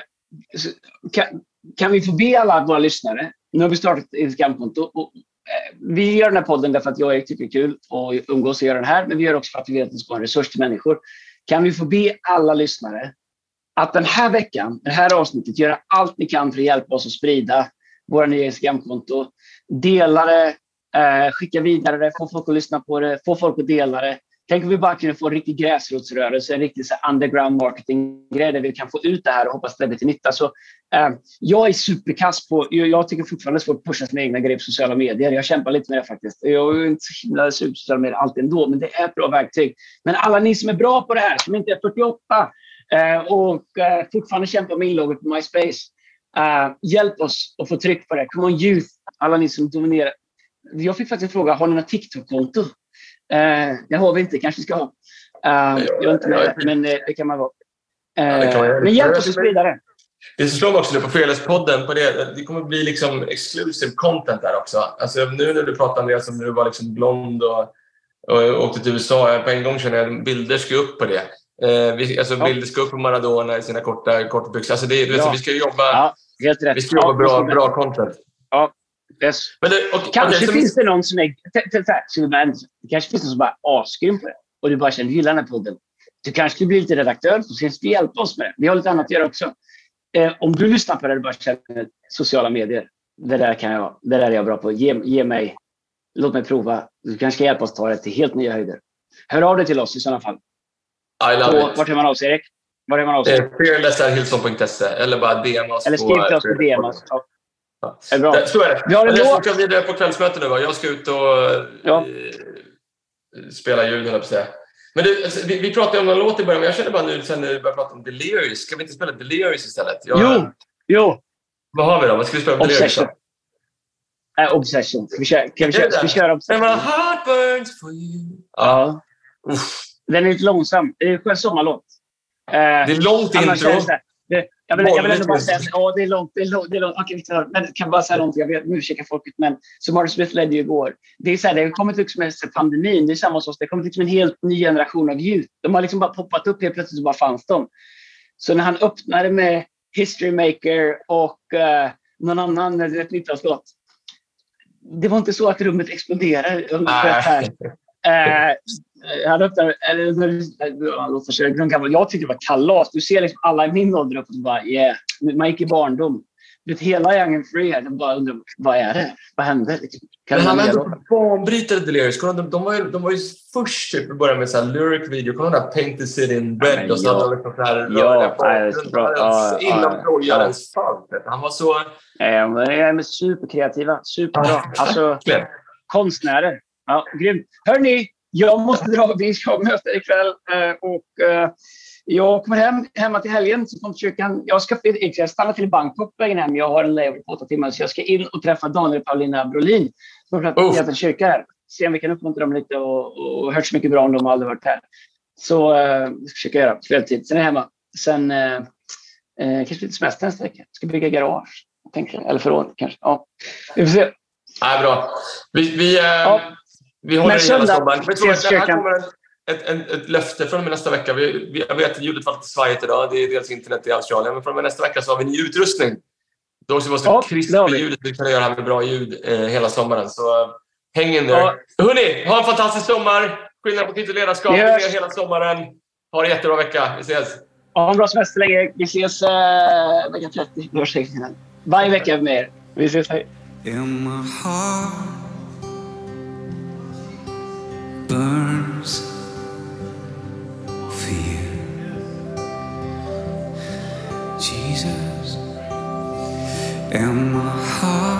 kan vi få be alla våra lyssnare, nu har vi startat ett Instagramkonto, och vi gör den här podden därför att jag tycker det är kul och umgås och göra den här, men vi gör också för att vi vet att det ska vara en resurs till människor. Kan vi få be alla lyssnare att den här veckan, det här avsnittet, göra allt ni kan för att hjälpa oss att sprida våra nya Instagramkonto. Dela det, skicka vidare det, få folk att lyssna på det, få folk att dela det. Tänk om vi bara kunde få en riktig gräsrotsrörelse, en riktig så underground marketing-grej där vi kan få ut det här och hoppas det blir till nytta. Så, jag är superkass på, jag tycker fortfarande det är svårt att pusha sina egna grejer på sociala medier. Jag kämpar lite med det faktiskt. Jag är inte så himla sociala medier alltid ändå, men det är ett bra verktyg. Men alla ni som är bra på det här, som inte är 48 och fortfarande kämpar med inlogget på MySpace, hjälp oss att få tryck på det. Come on youth, alla ni som dominerar. Jag fick faktiskt fråga, har ni något TikTok-konto? Det har vi inte, kanske ska ha. Jag är inte med, men det kan man vara. Men hjälp oss att sprida det. Det slår mig också nu på Fearless-podden. På det kommer bli liksom exclusive content där också. Alltså, nu när du pratar om det som du var liksom blond och åkte till USA, på en gång känner jag att bilder ska upp på det. Bilder ska upp på Maradona i sina korta byxor. Alltså vi ska jobba, vi ska jobba bra content. Ja. Yes. Men kanske finns det någon som är det kanske finns någon som bara är asgrym på det och du bara känner gillar den här podden. Du kanske skulle bli lite redaktör så ska vi hjälpa oss med det. Vi har lite annat att göra också. Om du lyssnar på det, du bara känner sociala medier. Det där är jag bra på. Ge mig, låt mig prova. Du kanske ska hjälpa oss ta det till helt nya höjder. Hör av dig till oss i sådana fall. I love it. Vart är man av sig, Erik? Var är man av sig? Fearless.hilson.se eller bara DM oss. Eller skriv till oss på DM. Är bra. Så är det. Vi har en låt. Jag vidare på kvällsmöte nu. Jag ska ut och spela ljud, höll jag på att säga. Men vi pratade om en låt i början, men jag känner bara nu sen när vi börjar prata om Delirious. Ska vi inte spela Delirious istället? Jo. Vad har vi då? Vad ska vi spela? Obsession. Obsession. Ska vi köra Obsession? My heart burns for you. Ja. Den är lite långsam. Det är en sommarlåt. Det är långt intro. Jag vill ändå bara säga det är långt. Okej, men kan bara säga någonting. Jag vet, nu försöker folket, men som Martin Smith ledde ju igår. Det är så här, det har kommit liksom med pandemin. Det är samma sak. Det har kommit liksom en helt ny generation av youth. De har liksom bara poppat upp helt plötsligt och bara fanns de. Så när han öppnade med History Maker och någon annan, ett 90-talslåt. Det var inte så att rummet exploderade jag tycker det var kalas. Du ser liksom alla i min ålder upp och bara man gick i barndom. Hela Young and Free här, de bara undrar, vad är det? Vad hände? Men han hade banbrytare Delirious. De var ju först typ att börja med så här lyric video. Kommer de där Paint the City in Red och så hade de liksom så här innan Trojarens fall. Han var så... De är superkreativa, superbra. Alltså, konstnärer. Ja, grymt. Hörrni, jag måste dra. Vi ska möta ikväll. Jag kommer hemma till helgen. Så kommer kyrkan. Jag ska stanna till Bangkok vägen hem. Jag har en lever på 8 timmar. Så jag ska in och träffa Daniel och Paulina Brolin. Som har pratat till kyrka här. Se om vi kan uppmuntra dem lite och hört så mycket bra om dem och aldrig varit här. Så vi ska försöka göra kvälltid. Sen är jag hemma. Sen kanske lite semester nästa vecka. Ska bygga garage. Eller förråd kanske. Ja. Vi får se. Ja, bra. Vi håller i hela sommaren. Här kommer ett löfte från nästa vecka. Jag vet att ljudet var lite svajigt idag. Det är dels internet i Australien. Men från nästa vecka så har vi ny utrustning. Då ska vi vara så krisp i ljudet. Vi kan göra det här med bra ljud hela sommaren. Så häng in där. Ja. Hörrni, ha en fantastisk sommar. Skillnad på titel ledarskap. Yes. Hela sommaren. Ha en jättebra vecka. Vi ses. Ha en bra semester länge. Vi ses vecka 30. Varje vecka är vi med er. Vi ses. Hej. In my heart burns fear, Jesus. In my heart